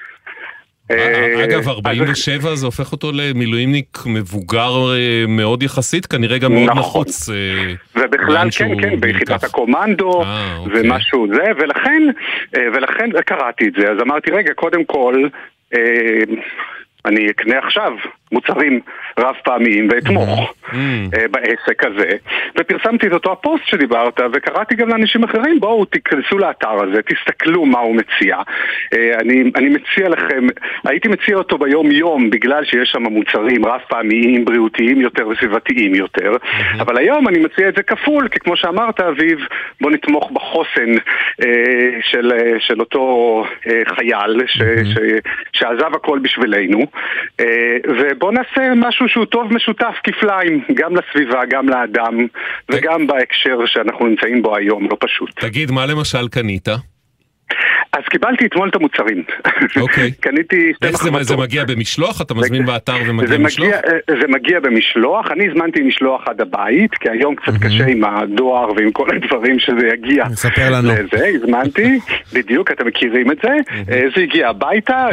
אגב, 47 זה הופך אותו למילואימניק מבוגר מאוד יחסית, כנראה גם מאוד נחוץ. ובכלל, כן, ביחידת הקומנדו ומשהו זה, ולכן קראתי את זה, אז אמרתי, רגע, קודם כל, אני אקנה עכשיו מוצרים רב פעמיים ואתמוך בעסק הזה, ופרסמתי את אותו הפוסט שדיברת, וקראתי גם לאנשים אחרים, בואו תיכנסו לאתר הזה, תסתכלו מה הוא מציע. אני מציע לכם, הייתי מציע אותו ביום יום, בגלל שיש שם מוצרים רב פעמיים, בריאותיים יותר וסביבתיים יותר, אבל היום אני מציע את זה כפול, כי כמו שאמרת אביב, בוא נתמוך בחוסן של אותו חייל שעזב הכל בשבילנו, ובוא נעשה משהו שהוא טוב משותף כפליים, גם לסביבה, גם לאדם, וגם בהקשר שאנחנו נמצאים בו היום, לא פשוט. תגיד, מה למשל קנית? אז קיבלתי אתמול את המוצרים. אוקיי. קניתי שתי מחבטות. איך זה מגיע במשלוח? אתה מזמין באתר ומגיע במשלוח? זה מגיע במשלוח. אני הזמנתי משלוח עד הבית, כי היום קצת קשה עם הדואר ועם כל הדברים שזה יגיע. ספר לנו. לזה, הזמנתי, בדיוק, אתם מכירים את זה. זה הגיע הביתה,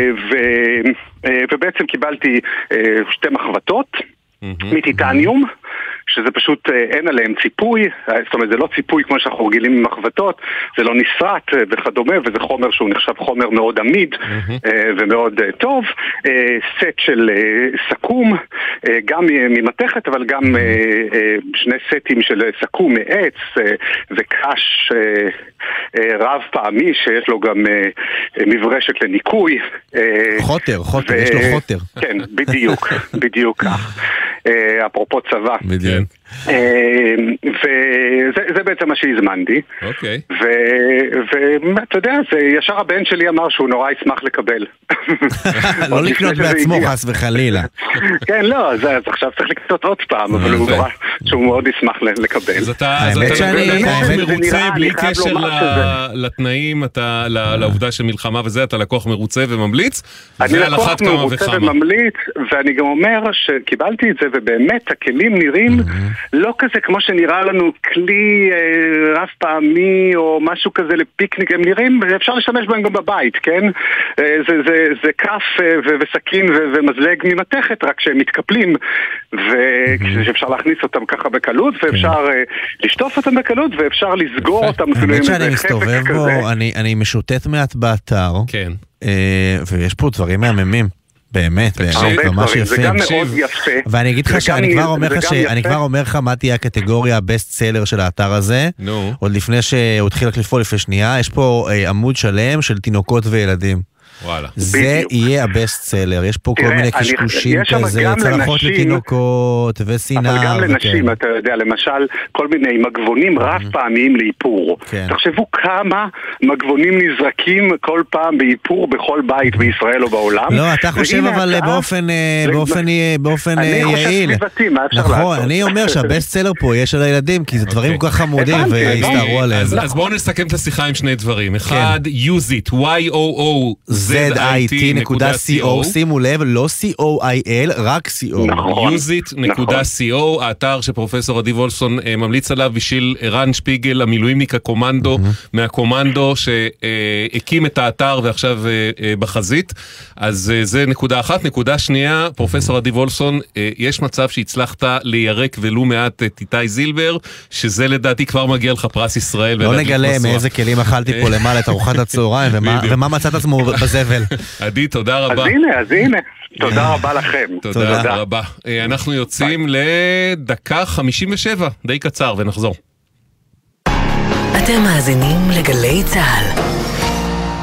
ובעצם קיבלתי שתי מחבטות מטיטניום, שזה פשוט אין עליהם ציפוי, זאת אומרת זה לא ציפוי כמו שאנחנו רגילים עם מחבטות, זה לא נסרט וכדומה, וזה חומר שהוא נחשב חומר מאוד עמיד ומאוד טוב. סט של סכו"ם, גם ממתכת, אבל גם שני סטים של סכו"ם מעץ וקש רב פעמי שיש לו גם מברשת לניקוי. חוטר, יש לו חוטר. כן, בדיוק כך. אפרופו צבא. בדיוק. וזה בעצם מה שהזמנתי. אוקיי. ואתה יודע, ישר הבן שלי אמר שהוא נורא ישמח לקבל. לא לקנות בעצמו חס וחלילה. כן, לא, אז עכשיו צריך לקנות עוד פעם, אבל הוא נורא שהוא מאוד ישמח לקבל. אז אתה מרוצה בלי קשר לתנאים, לעובדה של מלחמה וזה, אתה לקוח מרוצה וממליץ, אני לקוח מרוצה וממליץ, ואני גם אומר שקיבלתי את זה, ובאמת הכלים נראים לא כזה כמו שנראה לנו כלי רב פעמי או משהו כזה לפיקניק, הם נראים, אפשר להשתמש בהם גם בבית, כן? זה כף וסכין ומזלג ממתכת, רק שהם מתקפלים, ואפשר להכניס אותם ככה בקלות, ואפשר לשטוף אותם בקלות, ואפשר לסגור אותם. האמת שאני מסתובב בו, אני משוטט מעט באתר, ויש פה דברים מהממים. באמת, ממש יפה. זה גם מאוד יפה. ואני אגיד לך שאני כבר אומר לך מה תהיה הקטגוריה הבסט סלר של האתר הזה. עוד לפני שהוא התחיל לפעול לפני שנייה, יש פה עמוד שלם של תינוקות וילדים. זה יהיה הבסט סלר. יש פה כל מיני קשקושים כזה, צלחות לתינוקות וסינר. אבל גם לנשים, אתה יודע, למשל כל מיני מגבונים רב פעמיים לאיפור. תחשבו כמה מגבונים נזרקים כל פעם באיפור בכל בית בישראל או בעולם. לא, אתה חושב אבל באופן יעיל. נכון, אני אומר שהבסט סלר פה יש על הילדים, כי זה דברים כל כך חמודים והסתערו עליהם. אז בואו נסכם את השיחה עם שני דברים. אחד, use it, Y-O-O-Z-I-T.co, שימו לב, לא C-O-I-L, רק C-O. useit.co, האתר שפרופסור עדי וולפסון ממליץ עליו בשביל ערן שפיגל, המילואימניק הקומנדו, מהקומנדו שהקים את האתר ועכשיו בחזית. אז זה נקודה אחת. נקודה שנייה, פרופסור עדי וולפסון, יש מצב שהצלחת לירק ולו מעט את איתי זילבר, שזה לדעתי כבר מגיע לך פרס ישראל. לא נגלה מאיזה כלים אכלתי פה למעלה את ארוחת הצהריים, ומה מצאת עצמו בזבל. עדי, תודה רבה. אז הנה, תודה רבה לכם. תודה רבה. אנחנו יוצאים לדקה 57, די קצר, ונחזור. אתם מאזינים לגלי צהל.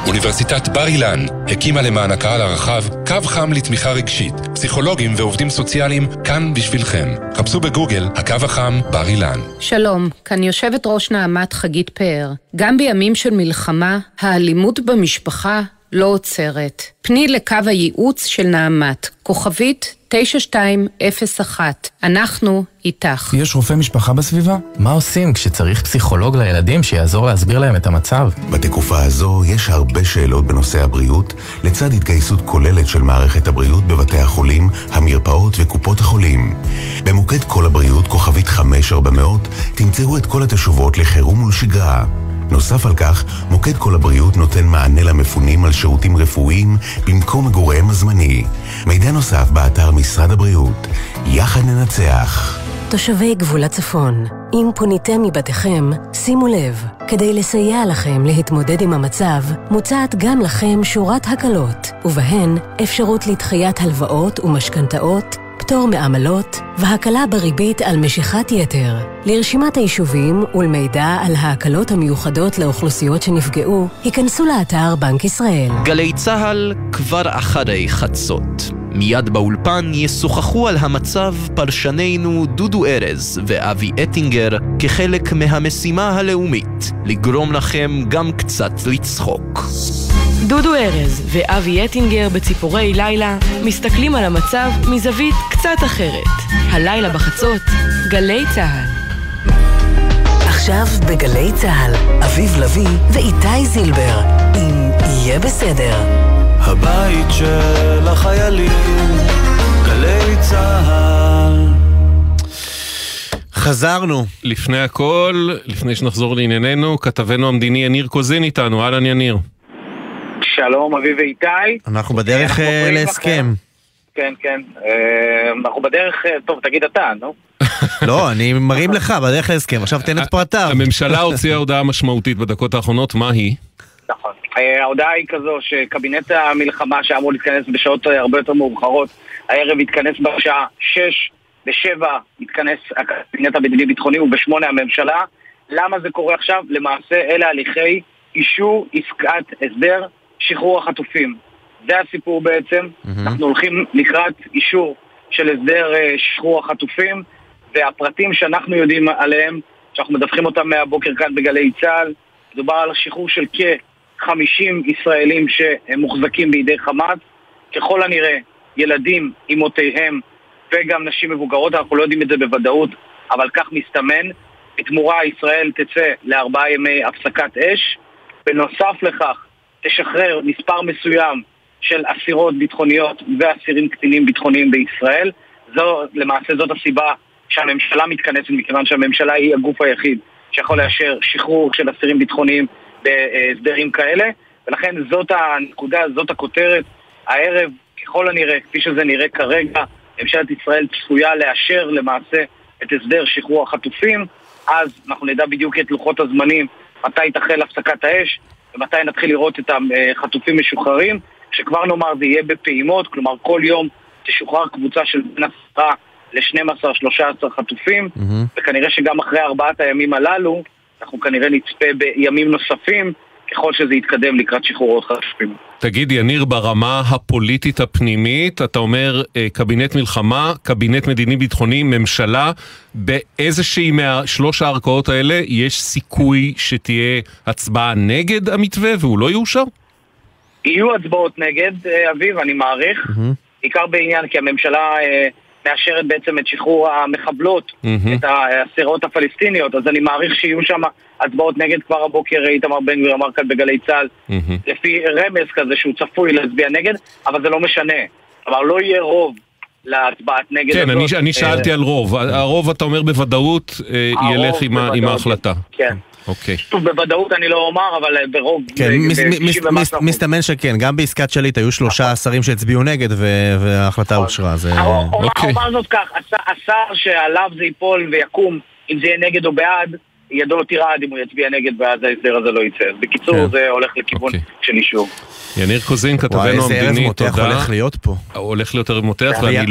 אוניברסיטת בר אילן הקימה למען הקהל הרחב קו חם לתמיכה רגשית. פסיכולוגים ועובדים סוציאליים כאן בשבילכם. חפשו בגוגל הקו החם בר אילן. שלום, כאן יושבת ראש נעמת חגית פאר. גם בימים של מלחמה, האלימות במשפחה לא עוצרת. פני לקו הייעוץ של נעמת, כוכבית 9201. אנחנו איתך. יש רופא משפחה בסביבה? מה עושים כשצריך פסיכולוג לילדים שיעזור להסביר להם את המצב? בתקופה הזו יש הרבה שאלות בנושא הבריאות, לצד התגייסות כוללת של מערכת הבריאות בבתי החולים, המרפאות וקופות החולים. במוקד כל הבריאות, כוכבית 5400, תמצאו את כל התשובות לחירום ולשגרה. נוסף על כך, מוקד כל הבריאות נותן מענה למפונים על שירותים רפואיים במקום מגוריהם הזמני. מידע נוסף באתר משרד הבריאות. יחד ננצח. תושבי גבול הצפון, אם פוניתם מבתיכם, שימו לב, כדי לסייע לכם להתמודד עם המצב, מוצעת גם לכם שורת הקלות, ובהן אפשרות לדחיית הלוואות ומשכנתאות, פטור מעמלות והקלה בריבית על משיכת יתר. לרשימת היישובים ולמידע על ההקלות המיוחדות לאוכלוסיות שנפגעו, היכנסו לאתר בנק ישראל. גלי צהל כבר אחרי חצות. מיד באולפן ישוחחו על המצב פרשנינו דודו ארז ואבי אטינגר כחלק מהמשימה הלאומית, לגרום לכם גם קצת לצחוק. דודו ארז ואבי אטינגר בציפורי לילה מסתכלים על המצב מזווית קצת אחרת. הלילה בחצות, גלי צהל. עכשיו בגלי צהל, אביב לוי ואיתי זילבר, אם יהיה בסדר. הבית של החיילים, גלי צהל. חזרנו. לפני הכל, לפני שנחזור לענייננו, כתבנו המדיני יניר קוזין איתנו. אהלן יניר. שלום, אביב ואיתי. אנחנו בדרך להסכם. כן, כן. אנחנו בדרך, טוב, תגיד אתה, נו. לא, אני מרים לך, בדרך להסכם. עכשיו תן את פרטיו. הממשלה הוציאה הודעה משמעותית בדקות האחרונות, מה היא? נכון. ההודעה היא כזו שקבינט המלחמה שאמור להתכנס בשעות הרבה יותר מאוחרות, הערב יתכנס בשעה 6 ו7 יתכנס הקבינט המדיני-ביטחוני וב8 הממשלה. למה זה קורה עכשיו? למעשה אלה הליכי אישור עסקת הסדר שחרור החטופים. זה הסיפור בעצם. אנחנו הולכים לקראת אישור של הסדר שחרור החטופים, והפרטים שאנחנו יודעים עליהם, שאנחנו מדווחים אותם מהבוקר כאן בגלי צהל, מדובר על שחרור של כ-50 ישראלים שמוחזקים בידי חמאס, ככל הנראה ילדים אמותיהם וגם נשים מבוגרות, אנחנו לא יודעים את זה בוודאות, אבל כך מסתמן. בתמורה ישראל תצא ל4 ימי הפסקת אש, בנוסף לכך תשחרר מספר מסוים של אסירות ביטחוניות ואסירים קטינים ביטחוניים בישראל. למעשה זאת הסיבה שהממשלה מתכנסת, מכיוון שהממשלה היא הגוף היחיד שיכול לאשר שחרור של אסירים ביטחוניים בהסדרים כאלה, ולכן זאת הנקודה, זאת הכותרת. הערב, ככל הנראה, כפי שזה נראה כרגע, ממשלת ישראל צפויה לאשר למעשה את הסדר שחרור החטופים. אז אנחנו נדע בדיוק את לוחות הזמנים, מתי תחל הפסקת האש ומתי נתחיל לראות את החטופים משוחררים, שכבר נאמר זה יהיה בפעימות, כלומר כל יום תשוחרר קבוצה של בין 10 ל-12-13 חטופים, וכנראה שגם אחרי 4 הימים הללו אנחנו כנראה נצפה בימים נוספים ככל שזה יתקדם לקראת שחרורות חטופים. תגיד יניר, ברמה הפוליטית הפנימית, אתה אומר קבינט מלחמה, קבינט מדיני ביטחוני, ממשלה, באיזושהי מהשלוש הערכאות האלה יש סיכוי שתהיה הצבעה נגד המתווה והוא לא יאושר? יהיו הצבעות נגד, אביב, אני מעריך, בעיקר בעניין כי הממשלה מאשרת בעצם את שחרור המחבלות, את האסירות הפלסטיניות, אז אני מעריך שיהיו שם הצבעות נגד. כבר הבוקר איתמר בן גביר אמר כאן בגלי צהל, לפי רמז כזה שהוא צפוי להצביע נגד, אבל זה לא משנה. כלומר, לא יהיה רוב להצבעת נגד. כן, אני שאלתי על רוב. הרוב, אתה אומר בוודאות, ילך עם ההחלטה. כן. אוקיי. בוודאות אני לא אומר, אבל ברוב... כן, מסתמן שכן. גם בעסקת שליט היו 3 שרים שהצביעו נגד וההחלטה אושרה. אומר זאת כך, השר שעליו זה ייפול ויקום, אם זה יהיה נגד או בעד, ידו לא תירעד אם הוא יצביע נגד, ואז ההסדר הזה לא יצא. בקיצור, זה הולך לכיוון של אישור. יניר קוזין, כתבנו המדיני, תודה. וואי, איזה ערב מותח הולך להיות פה. הולך להיות ערב מותח,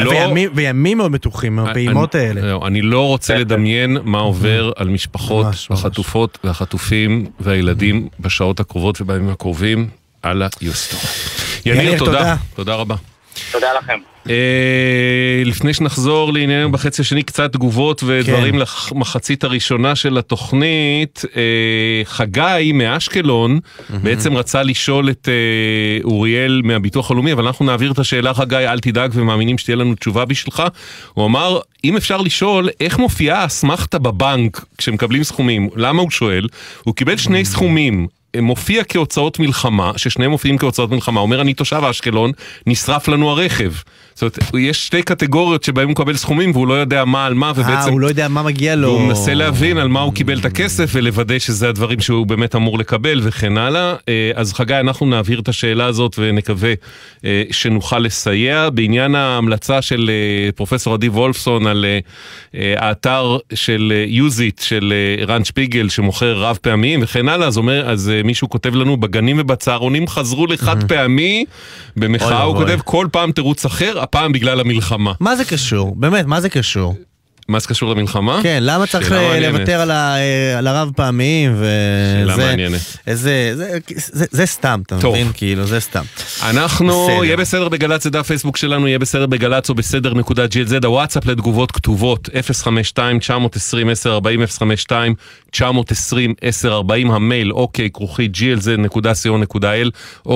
וימים מאוד מתוחים, הפעימות האלה. אני לא רוצה לדמיין מה עובר על משפחות החטופות והחטופים והילדים בשעות הקרובות ובימים הקרובים. אללה יוסטור. יניר, תודה. תודה רבה. תודה לכם. לפני שנחזור לענייננו בחצי השני, קצת תגובות ודברים למחצית הראשונה של התוכנית. חגי מאשקלון בעצם רצה לשאול את אוריאל מהביטוח הלאומי, אבל אנחנו נעביר את השאלה, חגי, אל תדאג, ומאמינים שתהיה לנו תשובה בשבילך. הוא אמר, אם אפשר לשאול, איך מופיעה האסמכתה בבנק כשמקבלים סכומים? למה הוא שואל? הוא קיבל שני סכומים. מופיע כהוצאות מלחמה, ששניהם מופיעים כהוצאות מלחמה, אומר אני תושב אשקלון, נשרף לנו הרכב. זאת אומרת, יש שתי קטגוריות שבהם הוא מקבל סכומים, והוא לא יודע מה על מה, ובעצם... הוא לא יודע מה מגיע לו. והוא מנסה להבין על מה הוא קיבל את הכסף, ולוודא שזה הדברים שהוא באמת אמור לקבל, וכן הלאה. אז חגי, אנחנו נעביר את השאלה הזאת, ונקווה שנוכל לסייע. בעניין ההמלצה של פרופסור עדי וולפסון, על האתר של יוזית, של רן שפיגל, שמוכר רב פעמיים, וכן הלאה, אז מישהו כותב לנו, בגנים ובצהרונים חזרו לחד פעמי, במחאה הוא כותב, כל פעם תירוץ אחר, הפעם בגלל המלחמה. מה זה קשור? באמת, מה זה קשור? מה זה קשור למלחמה? כן, למה צריך לוותר על הרב פעמיים? שאלה מעניינת. זה סתם, אתה מבין? כאילו, זה סתם. אנחנו, יהיה בסדר בגלץ, זה דף פייסבוק שלנו, יהיה בסדר בגלץ או בסדר.glz, הוואטסאפ לתגובות כתובות, 052-920-1040, 052-920-1040, המייל, ok@glz.co.il,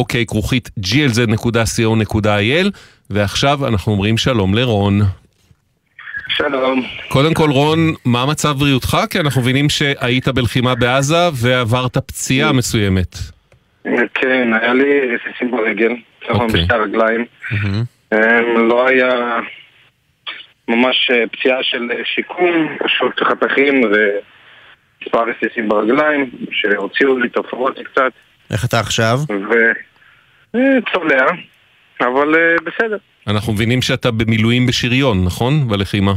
ok@glz.co.il, ועכשיו אנחנו אומרים שלום לרון. שלום. קודם כל רון, מה מצב בריאותך? כי אנחנו מבינים שהיית בלחימה בעזה ועברת פציעה מסוימת. כן, היה לי רסיסים ברגל, בשתי הרגליים. לא היה ממש פציעה של שיקום, פשוט חתכים ומספר רסיסים ברגליים, שהוציאו לי תופרות קצת. איך אתה עכשיו? צולע, אבל בסדר. אנחנו מבינים שאתה במילואים בשריון, נכון? בלחימה.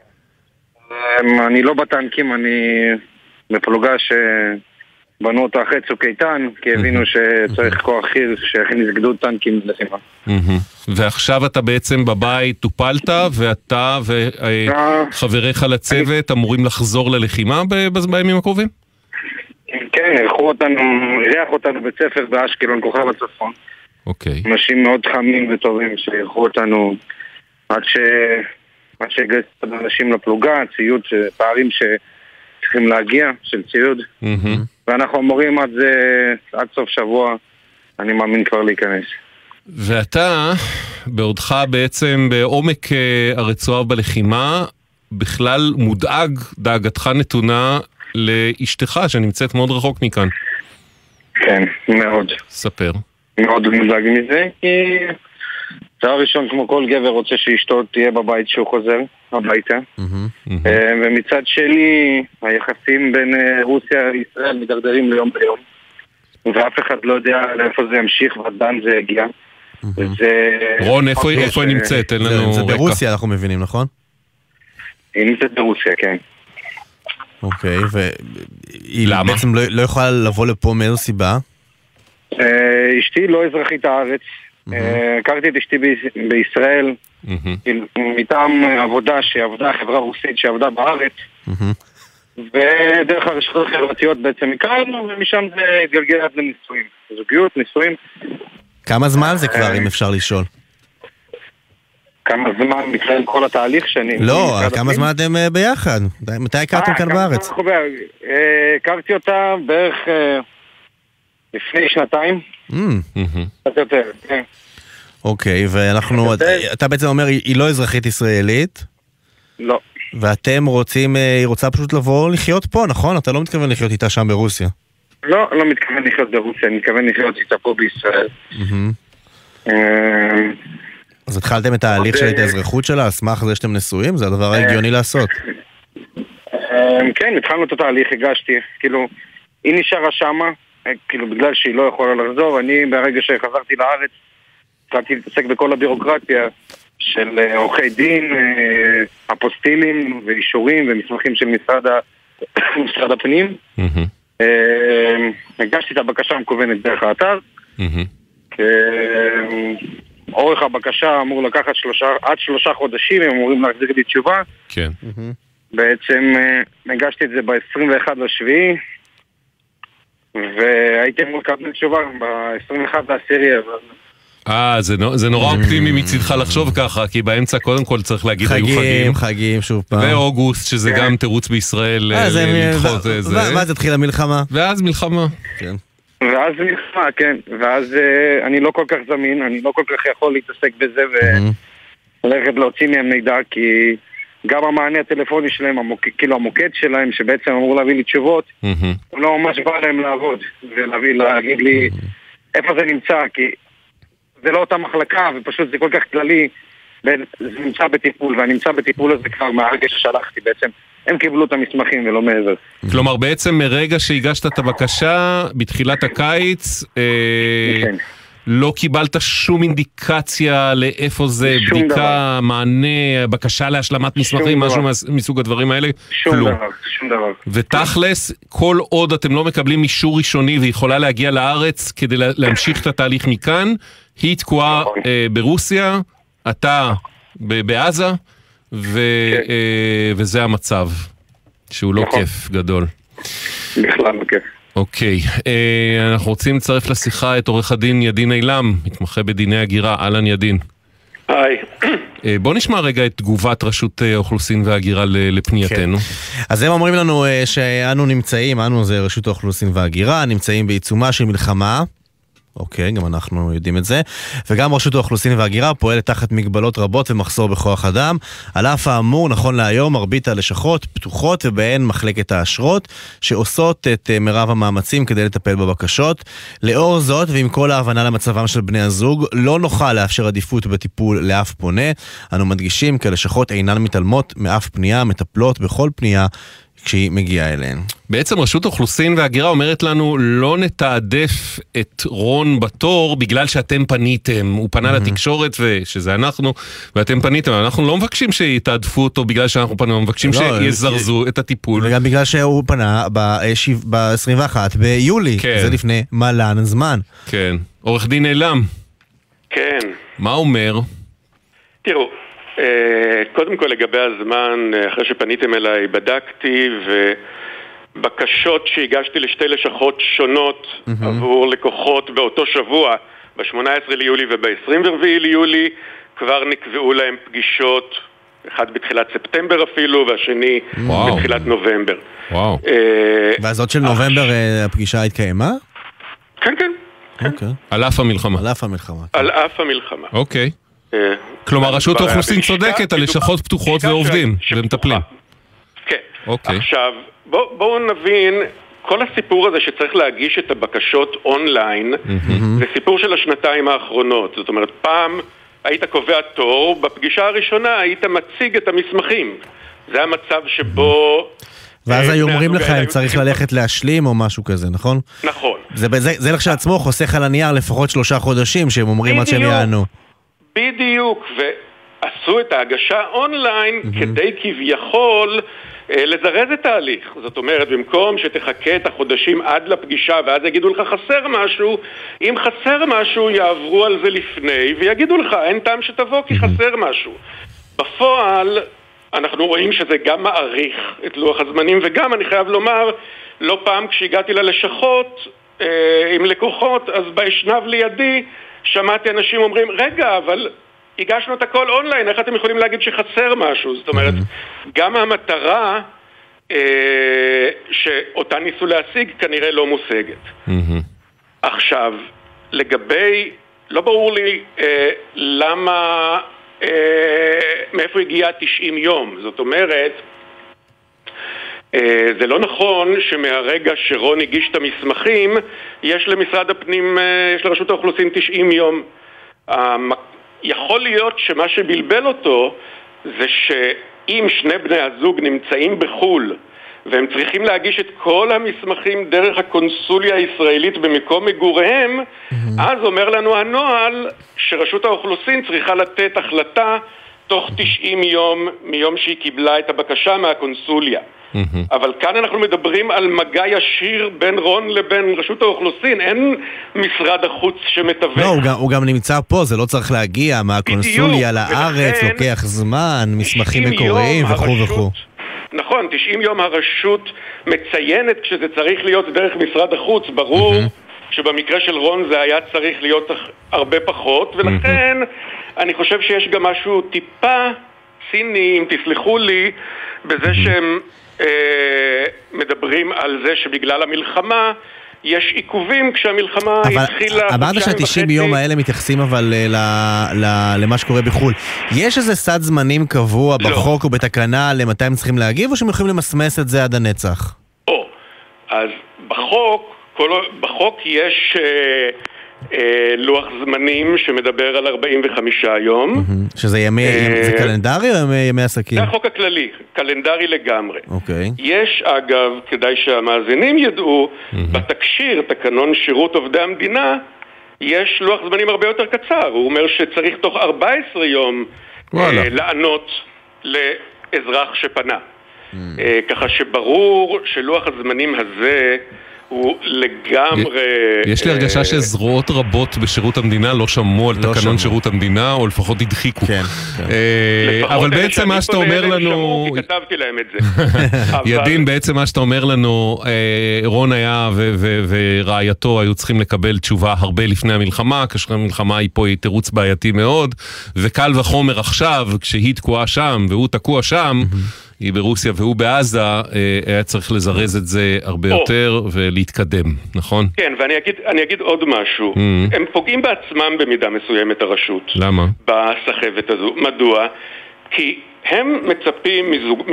אני לא בטנקים, אני בפלוגה שבנו אותה אחרי צוק איתן, כי הבינו שצריך כוח חי"ר שיכין גדוד טנקים ללחימה. ועכשיו אתה בעצם בבית טופלת, ואתה וחבריך לצוות אמורים לחזור ללחימה בימים הקרובים? כן, אירח אותנו בית ספר באשקלון, כוכב הצפון. אנשים מאוד חמים וטובים שאירחו אותנו עד שהגייסו אנשים לפלוגה, ציוד, פערים שצריכים להגיע, של ציוד, ואנחנו אמורים עד סוף שבוע, אני מאמין כבר להיכנס. ואתה, בעודך בעצם בעומק הרצועה בלחימה, בכלל מודאג, דאגתך נתונה לאשתך שנמצאת מאוד רחוק מכאן. כן, מאוד. ספר. מאוד מודאג מזה, כי דבר ראשון, כמו כל גבר, רוצה שאשתו תהיה בבית שהוא חוזר הביתה. ומצד שני, היחסים בין רוסיה וישראל מדרדרים ליום ביום, ואף אחד לא יודע לאיפה זה ימשיך ועדן זה יגיע. רון, איפה היא נמצאת? זה ברוסיה, אנחנו מבינים, נכון? היא נמצאת ברוסיה, כן. אוקיי, והיא בעצם לא יכולה לבוא לפה מאיזו סיבה? אשתי לא אזרחית הארץ. הכרתי את אשתי בישראל מטעם עבודה שעבדה, חברה רוסית שעבדה בארץ, ודרך הרשתות החברתיות בעצם הכרנו, ומשם זה התגלגל עד לנישואים, זוגיות, נישואים. כמה זמן זה כבר, אם אפשר לשאול? כמה זמן מתחיל כל התהליך שאני... לא, כמה זמן אתם ביחד? מתי הכרתם כאן בארץ? הכרתי אותה בערך לפני שנתיים. קצת יותר, כן. אוקיי, ואנחנו... אתה בעצם אומר, היא לא אזרחית ישראלית? לא. ואתם רוצים... היא רוצה פשוט לבוא לחיות פה, נכון? אתה לא מתכוון לחיות איתה שם ברוסיה. לא, לא מתכוון לחיות ברוסיה, אני מתכוון לחיות איתה פה בישראל. אז התחלתם את ההליך של האזרחות שלה, אסמך זה שאתם נשואים? זה הדבר ההגיוני לעשות. כן, התחלנו את התהליך, הגשתי. כאילו, היא נשארה שמה, כאילו בגלל שהיא לא יכולה לחזור, אני ברגע שחזרתי לארץ, התחלתי להתעסק בכל הבירוקרטיה של עורכי דין, אפוסטילים ואישורים ומסמכים של משרד הפנים. הגשתי את הבקשה המקוונת דרך האתר. אורך הבקשה אמור לקחת עד 3 חודשים, הם אמורים להחזיר לי תשובה. כן. בעצם הגשתי את זה ב-21 לשביעי. והייתי אמור לקבל תשובה ב-21 לעשירי, אבל... זה נורא אופטימי מצדך לחשוב ככה, כי באמצע קודם כל צריך להגיד היו חגים שוב פעם. ואוגוסט, שזה גם תירוץ בישראל לדחות זה. ואז התחילה מלחמה. ואז מלחמה. כן. ואז מלחמה, כן. ואז אני לא כל כך זמין, אני לא כל כך יכול להתעסק בזה וללכת להוציא מהם מידע, כי גם המענה הטלפוני שלהם, כאילו המוקד שלהם, שבעצם אמור להביא לי תשובות, לא ממש בא להם לעבוד, ולהגיד לי איפה זה נמצא, כי זה לא אותה מחלקה, ופשוט זה כל כך כללי, זה נמצא בטיפול, ואני נמצא בטיפול הזה כבר מהרגע ששלחתי בעצם. הם קיבלו את המסמכים ולא מעבר. כלומר, בעצם מרגע שהגשת את הבקשה, בתחילת הקיץ, לא קיבלת שום אינדיקציה לאיפה זה, בדיקה, מענה, בקשה להשלמת מסמכים, משהו מסוג הדברים האלה? שום דבר. ותכלס, כל עוד אתם לא מקבלים אישור ראשוני ויכולה להגיע לארץ כדי להמשיך את התהליך מכאן, היא תקועה ברוסיה, אתה בעזה, וזה המצב, שהוא לא כיף גדול. בכלל לא כיף. אוקיי, אנחנו רוצים לצרף לשיחה את עורך הדין ידין אילם, מתמחה בדיני הגירה. אהלן ידין. היי. בוא נשמע רגע את תגובת רשות האוכלוסין וההגירה לפנייתנו. אז הם אומרים לנו שאנו נמצאים, אנו זה רשות האוכלוסין וההגירה, נמצאים בעיצומה של מלחמה. אוקיי, גם אנחנו יודעים את זה. וגם רשות האוכלוסין וההגירה פועלת תחת מגבלות רבות ומחסור בכוח אדם. על אף האמור, נכון להיום, מרבית הלשכות פתוחות ובהן מחלקת האשרות, שעושות את מרב המאמצים כדי לטפל בבקשות. לאור זאת, ועם כל ההבנה למצבם של בני הזוג, לא נוכל לאפשר עדיפות בטיפול לאף פונה. אנו מדגישים כי הלשכות אינן מתעלמות מאף פנייה, מטפלות בכל פנייה כשהיא מגיעה אליהן. בעצם רשות האוכלוסין וההגירה אומרת לנו, לא נתעדף את רון בתור בגלל שאתם פניתם. הוא פנה לתקשורת, שזה אנחנו, ואתם פניתם. אנחנו לא מבקשים שיתעדפו אותו בגלל שאנחנו פנו, מבקשים שיזרזו את הטיפול. וגם בגלל שהוא פנה ב-21 ביולי. זה לפני מלן זמן. כן. עורך דין אילם. כן. מה אומר? תראו, קודם כל לגבי הזמן, אחרי שפניתם אליי בדקתי, ובקשות שהגשתי לשתי לשכות שונות עבור לקוחות באותו שבוע, ב-18 ליולי וב-24 ליולי, כבר נקבעו להם פגישות, אחד בתחילת ספטמבר אפילו, והשני בתחילת נובמבר. וואו. והזאת של נובמבר הפגישה התקיימה? כן, כן. על אף המלחמה. על אף המלחמה. על אף המלחמה. אוקיי. כלומר, רשות האוכלוסין צודקת, הלשכות פתוחות ועובדים ומטפלים. כן. עכשיו, בואו נבין, כל הסיפור הזה שצריך להגיש את הבקשות אונליין, זה סיפור של השנתיים האחרונות. זאת אומרת, פעם היית קובע תור, בפגישה הראשונה היית מציג את המסמכים. זה המצב שבו... ואז היו אומרים לך, אם צריך ללכת להשלים או משהו כזה, נכון? נכון. זה לכשעצמו חוסך על הנייר לפחות 3 חודשים שהם אומרים עד שהם יענו. בדיוק, ועשו את ההגשה אונליין כדי כביכול לזרז את ההליך. זאת אומרת, במקום שתחכה את החודשים עד לפגישה ואז יגידו לך חסר משהו, אם חסר משהו יעברו על זה לפני ויגידו לך אין טעם שתבוא כי חסר משהו. בפועל אנחנו רואים שזה גם מעריך את לוח הזמנים, וגם אני חייב לומר, לא פעם כשהגעתי ללשכות עם לקוחות, אז באשנב לידי שמעתי אנשים אומרים, רגע, אבל הגשנו את הכל אונליין, איך אתם יכולים להגיד שחסר משהו? זאת אומרת, גם המטרה שאותה ניסו להשיג כנראה לא מושגת. עכשיו, לגבי, לא ברור לי למה, מאיפה הגיע 90 יום. זאת אומרת, זה לא נכון שמהרגע שרון הגיש את המסמכים יש למשרד הפנים, יש לרשות האוכלוסין 90 יום. יכול להיות שמה שבלבל אותו זה שאם שני בני הזוג נמצאים בחול והם צריכים להגיש את כל המסמכים דרך הקונסוליה הישראלית במקום מגוריהם, אז אומר לנו הנוהל שרשות האוכלוסין צריכה לתת החלטה תוך 90 יום מיום שהיא קיבלה את הבקשה מהקונסוליה. אבל כאן אנחנו מדברים על מגע ישיר בין רון לבין רשות האוכלוסין, אין משרד החוץ שמתווך. לא, הוא גם נמצא פה, זה לא צריך להגיע מהקונסוליה לארץ, לוקח זמן, מסמכים מקוריים וכו' וכו'. נכון, 90 יום הרשות מציינת כשזה צריך להיות דרך משרד החוץ, ברור שבמקרה של רון זה היה צריך להיות הרבה פחות, ולכן אני חושב שיש גם משהו טיפה ציני, אם תסלחו לי, בזה שהם מדברים על זה שבגלל המלחמה יש עיכובים כשהמלחמה התחילה. אמרת שה-90 יום האלה מתייחסים אבל למה שקורה בחול. יש איזה סד זמנים קבוע בחוק או בתקנה למתי הם צריכים להגיב, או שהם יכולים למסמס את זה עד הנצח? אז בחוק יש לוח זמנים שמדבר על 45 יום. שזה זה קלנדרי או ימי עסקים? זה החוק הכללי, קלנדרי לגמרי. אוקיי. יש אגב, כדאי שהמאזינים ידעו, בתקשיר, תקנון שירות עובדי המדינה, יש לוח זמנים הרבה יותר קצר. הוא אומר שצריך תוך 14 יום לענות לאזרח שפנה. ככה שברור שלוח הזמנים הזה הוא לגמרי... יש לי הרגשה שזרועות רבות בשירות המדינה לא שמעו על תקנון שירות המדינה, או לפחות הדחיקו. אבל בעצם מה שאתה אומר לנו... כתבתי להם את זה. ידין, בעצם מה שאתה אומר לנו, רון היה ורעייתו היו צריכים לקבל תשובה הרבה לפני המלחמה, כאשר המלחמה היא פה תירוץ בעייתי מאוד, וקל וחומר עכשיו, כשהיא תקועה שם והוא תקוע שם, היא ברוסיה והוא בעזה, היה צריך לזרז את זה הרבה יותר ולהתקדם, נכון? כן, ואני אגיד עוד משהו. הם פוגעים בעצמם במידה מסוימת הרשות. למה? בסחבת הזו. מדוע? כי הם מצפים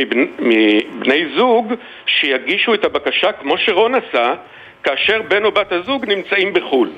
מבני זוג שיגישו את הבקשה כמו שרון עשה, כאשר בן או בת הזוג נמצאים בחול.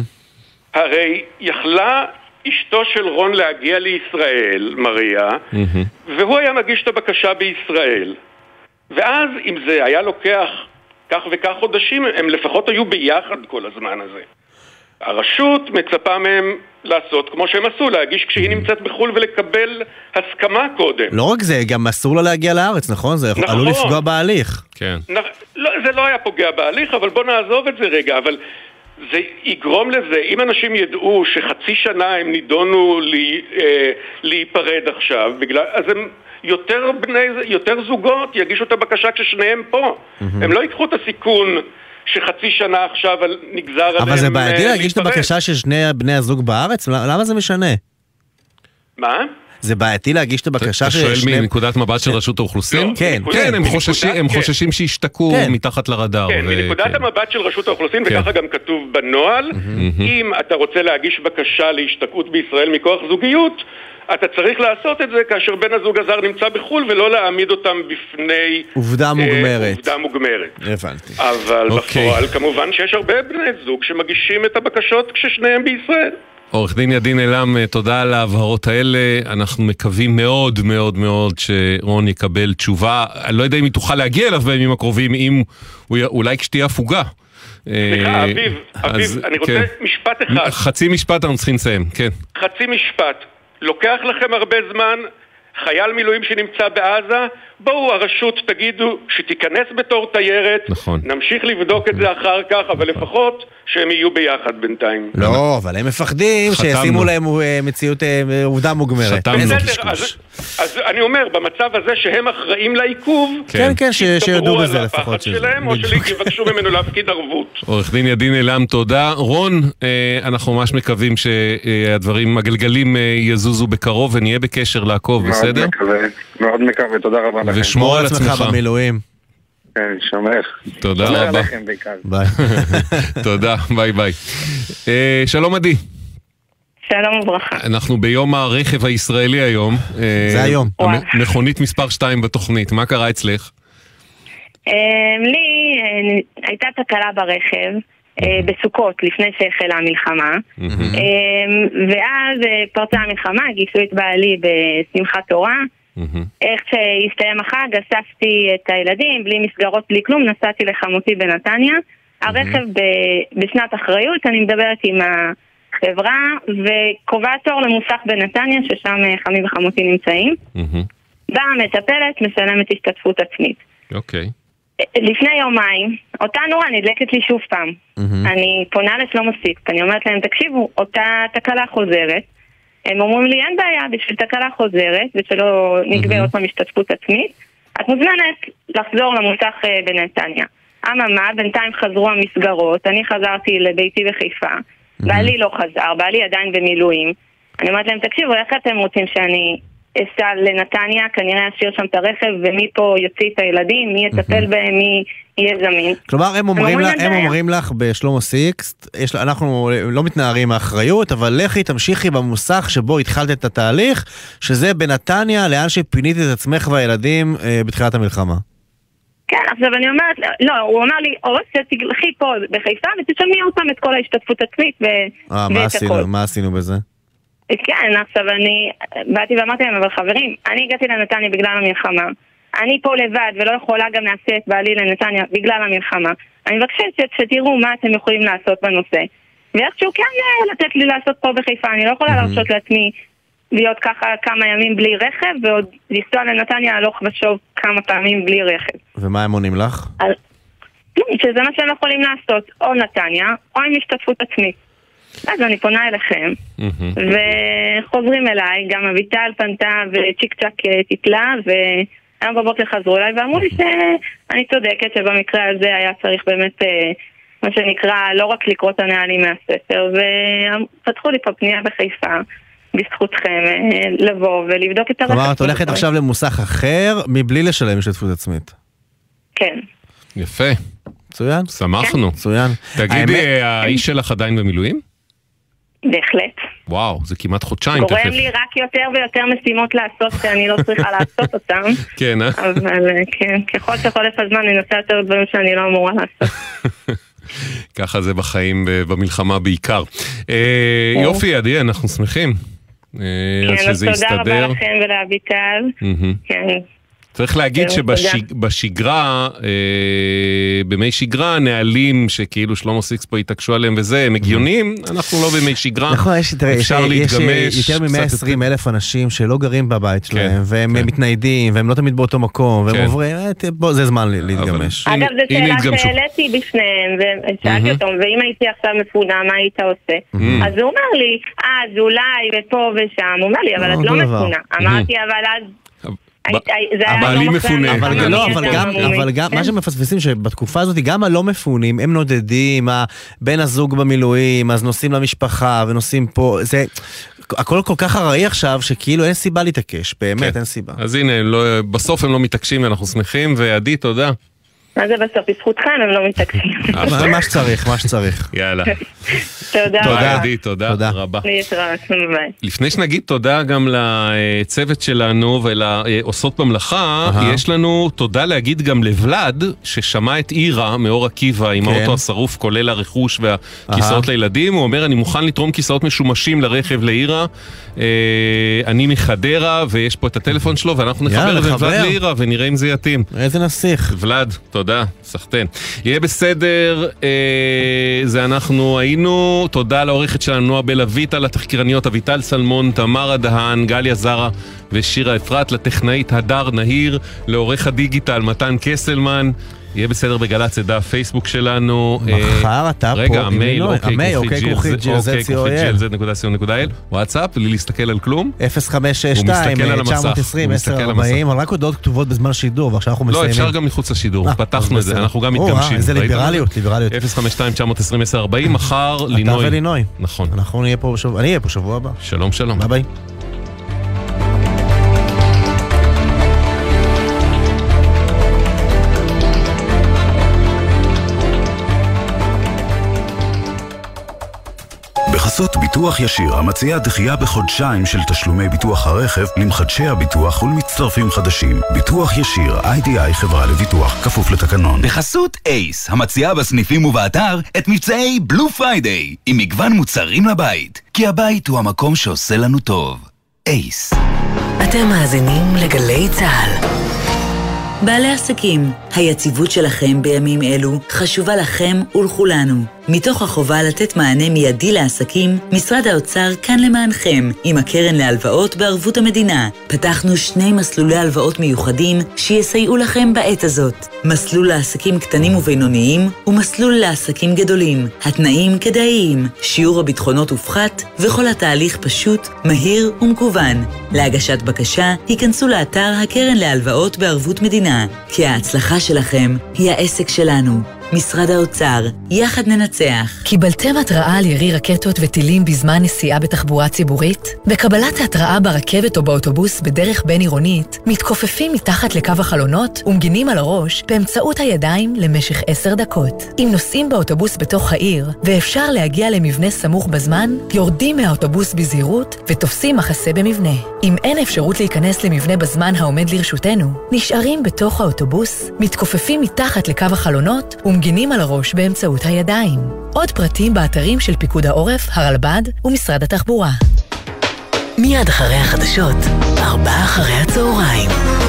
הרי יכלה אשתו של רון להגיע לישראל, מריה, והוא היה מגיש את הבקשה בישראל. ואז אם זה היה לוקח כך וכך חודשים, הם לפחות היו ביחד כל הזמן הזה. הרשות מצפה מהם לעשות כמו שהם עשו, להגיש כשהיא נמצאת בחול ולקבל הסכמה קודם. לא רק זה, גם אסור לה להגיע לארץ, נכון? זה עלול לפגוע בהליך. כן. זה לא היה פוגע בהליך, אבל בוא נעזוב את זה רגע, אבל זה יגרום לזה, אם אנשים ידעו שחצי שנה הם נידונו להיפרד עכשיו, אז הם יותר זוגות יגישו את הבקשה כששניהם פה. הם לא ייקחו את הסיכון שחצי שנה עכשיו נגזר עליהם. אבל זה בעייתי להגיש את הבקשה של שני בני הזוג בארץ? למה זה משנה? מה? זה בעייתי להגיש את הבקשה של... אתה שואל מנקודת מבט של רשות האוכלוסין? כן. כן, הם חוששים שישתקו מתחת לרדאר. כן, מנקודת המבט של רשות האוכלוסין, וככה גם כתוב בנוהל, אם אתה רוצה להגיש בקשה להשתקעות בישראל מכוח זוגיות, אתה צריך לעשות את זה כאשר בן הזוג הזר נמצא בחול, ולא להעמיד אותם בפני עובדה מוגמרת. הבנתי. אבל בפועל, כמובן שיש הרבה בני זוג שמגישים את הבקשות כששניהם בישראל. עורך דין ידין אילם, תודה על ההבהרות האלה. אנחנו מקווים מאוד מאוד מאוד שרון יקבל תשובה. אני לא יודע אם היא תוכל להגיע אליו בימים הקרובים, אם אולי כשתהיה הפוגה. סליחה, אביב, אני רוצה משפט אחד. חצי משפט אנחנו צריכים לסיים, כן. חצי משפט. לוקח לכם הרבה זמן, חייל מילואים שנמצא בעזה, בואו הרשות תגידו שתיכנס בתור תיירת, נכון. נמשיך לבדוק את זה אחר כך, אבל לפחות שהם יהיו ביחד בינתיים. לא, אבל הם מפחדים שישימו להם מציאות עובדה מוגמרת. אז אני אומר, במצב הזה שהם אחראים לעיכוב, כן, שידעו בזה לפחות. שלהם, או שיבקשו ממנו להפקיד ערבות. עורך דין ידין אילם, תודה. רון, אנחנו ממש מקווים שהדברים, הגלגלים יזוזו בקרוב, ונהיה בקשר לעקוב, בסדר? מאוד מקווה, תודה רבה לכם. ושמור על עצמך במילואים. כן, שומך. תודה רבה. ביי. תודה, ביי ביי. שלום עדי. שלום וברכה. אנחנו ביום הרכב הישראלי היום. זה היום. מכונית מספר 2 בתוכנית. מה קרה אצלך? לי הייתה תקלה ברכב בסוכות לפני שהחלה המלחמה, ואז פרצה המלחמה, גיסו את בעלי בשמחת תורה. איך שהסתיים החג, אספתי את הילדים בלי מסגרות, בלי כלום, נסעתי לחמותי בנתניה. הרכב בשנת אחריות, אני מדברת עם החברה וקובעת תור למוסך בנתניה, ששם חמי וחמותי נמצאים. באה המטפלת, משלמת השתתפות עצמית. אוקיי. לפני יומיים, אותה נורה נדלקת לי שוב פעם. אני פונה לשלום הסיק, אני אומרת להם, תקשיבו, אותה תקלה חוזרת. הם אומרים לי, אין בעיה, בשביל תקלה חוזרת, ושלא נגבה עוד פעם השתתפות עצמית, את מוזמנת לחזור למוסך בנתניה. אממה, בינתיים חזרו המסגרות, אני חזרתי לביתי בחיפה, בעלי לא חזר, בעלי עדיין במילואים. אני אומרת להם, תקשיבו, איך אתם רוצים שאני אסע לנתניה, כנראה אשאיר שם את הרכב, ומי פה יוציא את הילדים, מי יטפל בהם, מי יהיה זמין. כלומר, הם אומרים לך בשלמה סיקסט, אנחנו לא מתנערים מהאחריות, אבל לכי תמשיכי במוסך שבו התחלת את התהליך, שזה בנתניה, לאן שפינית את עצמך והילדים בתחילת המלחמה. כן, עכשיו אני אומרת, לא, הוא אמר לי, או שתלכי פה בחיפה ותשלמי אותם את כל ההשתתפות עצמית ואת הכל. מה עשינו בזה? כן, עכשיו אני באתי ואמרתי להם, אבל חברים, אני הגעתי לנתניה בגלל המלחמה. אני פה לבד ולא יכולה גם להסיע את בעלי לנתניה בגלל המלחמה. אני מבקשת שתראו מה אתם יכולים לעשות בנושא. ואיכשהו כן לתת לי לעשות פה בחיפה, אני לא יכולה להרשות לעצמי להיות ככה כמה ימים בלי רכב, ועוד לנסוע לנתניה הלוך ושוב כמה פעמים בלי רכב. ומה הם עונים לך? שזה מה שהם יכולים לעשות, או נתניה, או עם השתתפות עצמית. אז אני פונה אליכם, וחוזרים אליי, גם אביטל פנתה וצ'יק צ'ק תתלה, והיום בבוקר חזרו אליי, ואמרו לי שאני צודקת שבמקרה הזה היה צריך באמת, מה שנקרא, לא רק לקרוא את הנהלים מהספר, ופתחו לי פה פנייה בחיפה, בזכותכם לבוא ולבדוק את הרכב. כלומר, את הולכת עכשיו למוסך אחר, מבלי לשלם השתתפות עצמית. כן. יפה. מצוין. שמחנו. מצוין. תגידי, האיש שלך עדיין במילואים? בהחלט. וואו, זה כמעט חודשיים תכף. גורם לי רק יותר ויותר משימות לעשות שאני לא צריכה לעשות אותם. כן, אבל כן, ככל שחולף הזמן אני נושא יותר דברים שאני לא אמורה לעשות. ככה זה בחיים, במלחמה בעיקר. יופי, עדי, אנחנו שמחים. כן, אז תודה רבה לכם ולאביטל. כן. צריך להגיד שבשגרה, בימי שגרה, נהלים שכאילו שלמה סיקס פה התעקשו עליהם וזה, הם הגיונים, אנחנו לא בימי שגרה, אפשר להתגמש. יש יותר מ-120,0ף אנשים שלא גרים בבית שלהם, והם מתניידים, והם לא תמיד באותו מקום, והם עוברים, זה זמן להתגמש. אגב, זו שאלה שהעליתי בפניהם, ושאלתי אותם, ואם הייתי עכשיו מפונה, מה היית עושה? אז הוא אומר לי, אז אולי, ופה ושם, הוא אומר לי, אבל את לא מפונה. אמרתי, אבל אז... הבעלים מפונה. אבל גם מה שמפספסים שבתקופה הזאת גם הלא מפונים הם נודדים, בן הזוג במילואים, אז נוסעים למשפחה ונוסעים פה, זה הכל כל כך הראי עכשיו שכאילו אין סיבה להתעקש, באמת אין סיבה. אז הנה, בסוף הם לא מתעקשים ואנחנו שמחים, ועדי, תודה. מה זה בסוף? בזכותכם הם לא מתעקשים. מה שצריך, מה שצריך. יאללה. תודה. תודה, עדי, תודה רבה. לפני שנגיד תודה גם לצוות שלנו ולעושות במלאכה, יש לנו תודה להגיד גם לוולד, ששמע את אירה מאור עקיבא עם האוטו השרוף, כולל הרכוש והכיסאות לילדים. הוא אומר, אני מוכן לתרום כיסאות משומשים לרכב לאירה. אני מחדרה, ויש פה את הטלפון שלו, ואנחנו נחבר את ולד לאירה, ונראה אם זה יתאים. איזה נסיך. ולד, תודה, סחטן. יהיה בסדר, זה אנחנו היינו, תודה לעורכת שלנו נועה בלויטה, לתחקירניות אביטל סלמון, תמר הדהן, גליה זרה ושירה אפרת, לטכנאית הדר נהיר, לעורך הדיגיטל מתן קסלמן. יהיה בסדר בגל"צ, זה דף פייסבוק שלנו. מחר אתה פה. רגע, המייל, אוקיי, כרוכית glz.co.il. וואטסאפ, בלי להסתכל על כלום. 052-920-1040, רק הודעות כתובות בזמן שידור, ועכשיו אנחנו מסיימים. לא, אפשר גם מחוץ לשידור, פתחנו את זה, אנחנו גם מתגמשים. זה ליברליות. 052-920-1040, מחר לינוי. אתה ולינוי. נכון. אני אהיה פה שבוע הבא. שלום, שלום. ביי ביי. בחסות ביטוח ישיר, המציע דחייה בחודשיים של תשלומי ביטוח הרכב למחדשי הביטוח ולמצטרפים חדשים. ביטוח ישיר, IDI חברה לביטוח, כפוף לתקנון. בחסות אייס, המציעה בסניפים ובאתר את מבצעי בלו פריידיי, עם מגוון מוצרים לבית. כי הבית הוא המקום שעושה לנו טוב. אייס. אתם מאזינים לגלי צהל. בעלי עסקים, היציבות שלכם בימים אלו חשובה לכם ולכולנו. מתוך החובה לתת מענה מיידי לעסקים, משרד האוצר כאן למענכם, עם הקרן להלוואות בערבות המדינה. פתחנו 2 מסלולי הלוואות מיוחדים שיסייעו לכם בעת הזאת. מסלול לעסקים קטנים ובינוניים ומסלול לעסקים גדולים. התנאים כדאיים, שיעור הביטחונות הופחת וכל התהליך פשוט, מהיר ומקוון. להגשת בקשה, היכנסו לאתר הקרן להלוואות בערבות מדינה, כי ההצלחה שלכם היא העסק שלנו. משרד האוצר, יחד ננצח. קיבלתם התראה על ירי רקטות וטילים בזמן נסיעה בתחבורה ציבורית? בקבלת ההתראה ברכבת או באוטובוס בדרך בין עירונית, מתכופפים מתחת לקו החלונות ומגינים על הראש באמצעות הידיים למשך 10 דקות. אם נוסעים באוטובוס בתוך העיר ואפשר להגיע למבנה סמוך בזמן, יורדים מהאוטובוס בזהירות ותופסים מחסה במבנה. אם אין אפשרות להיכנס למבנה בזמן העומד לרשותנו, נשארים בתוך האוטובוס, מתכופפים מתחת לקו החלונות ומגינים על הראש באמצעות הידיים. עוד פרטים באתרים של פיקוד העורף, הרלב"ד ומשרד התחבורה. מיד אחרי החדשות, 4 אחרי הצהריים.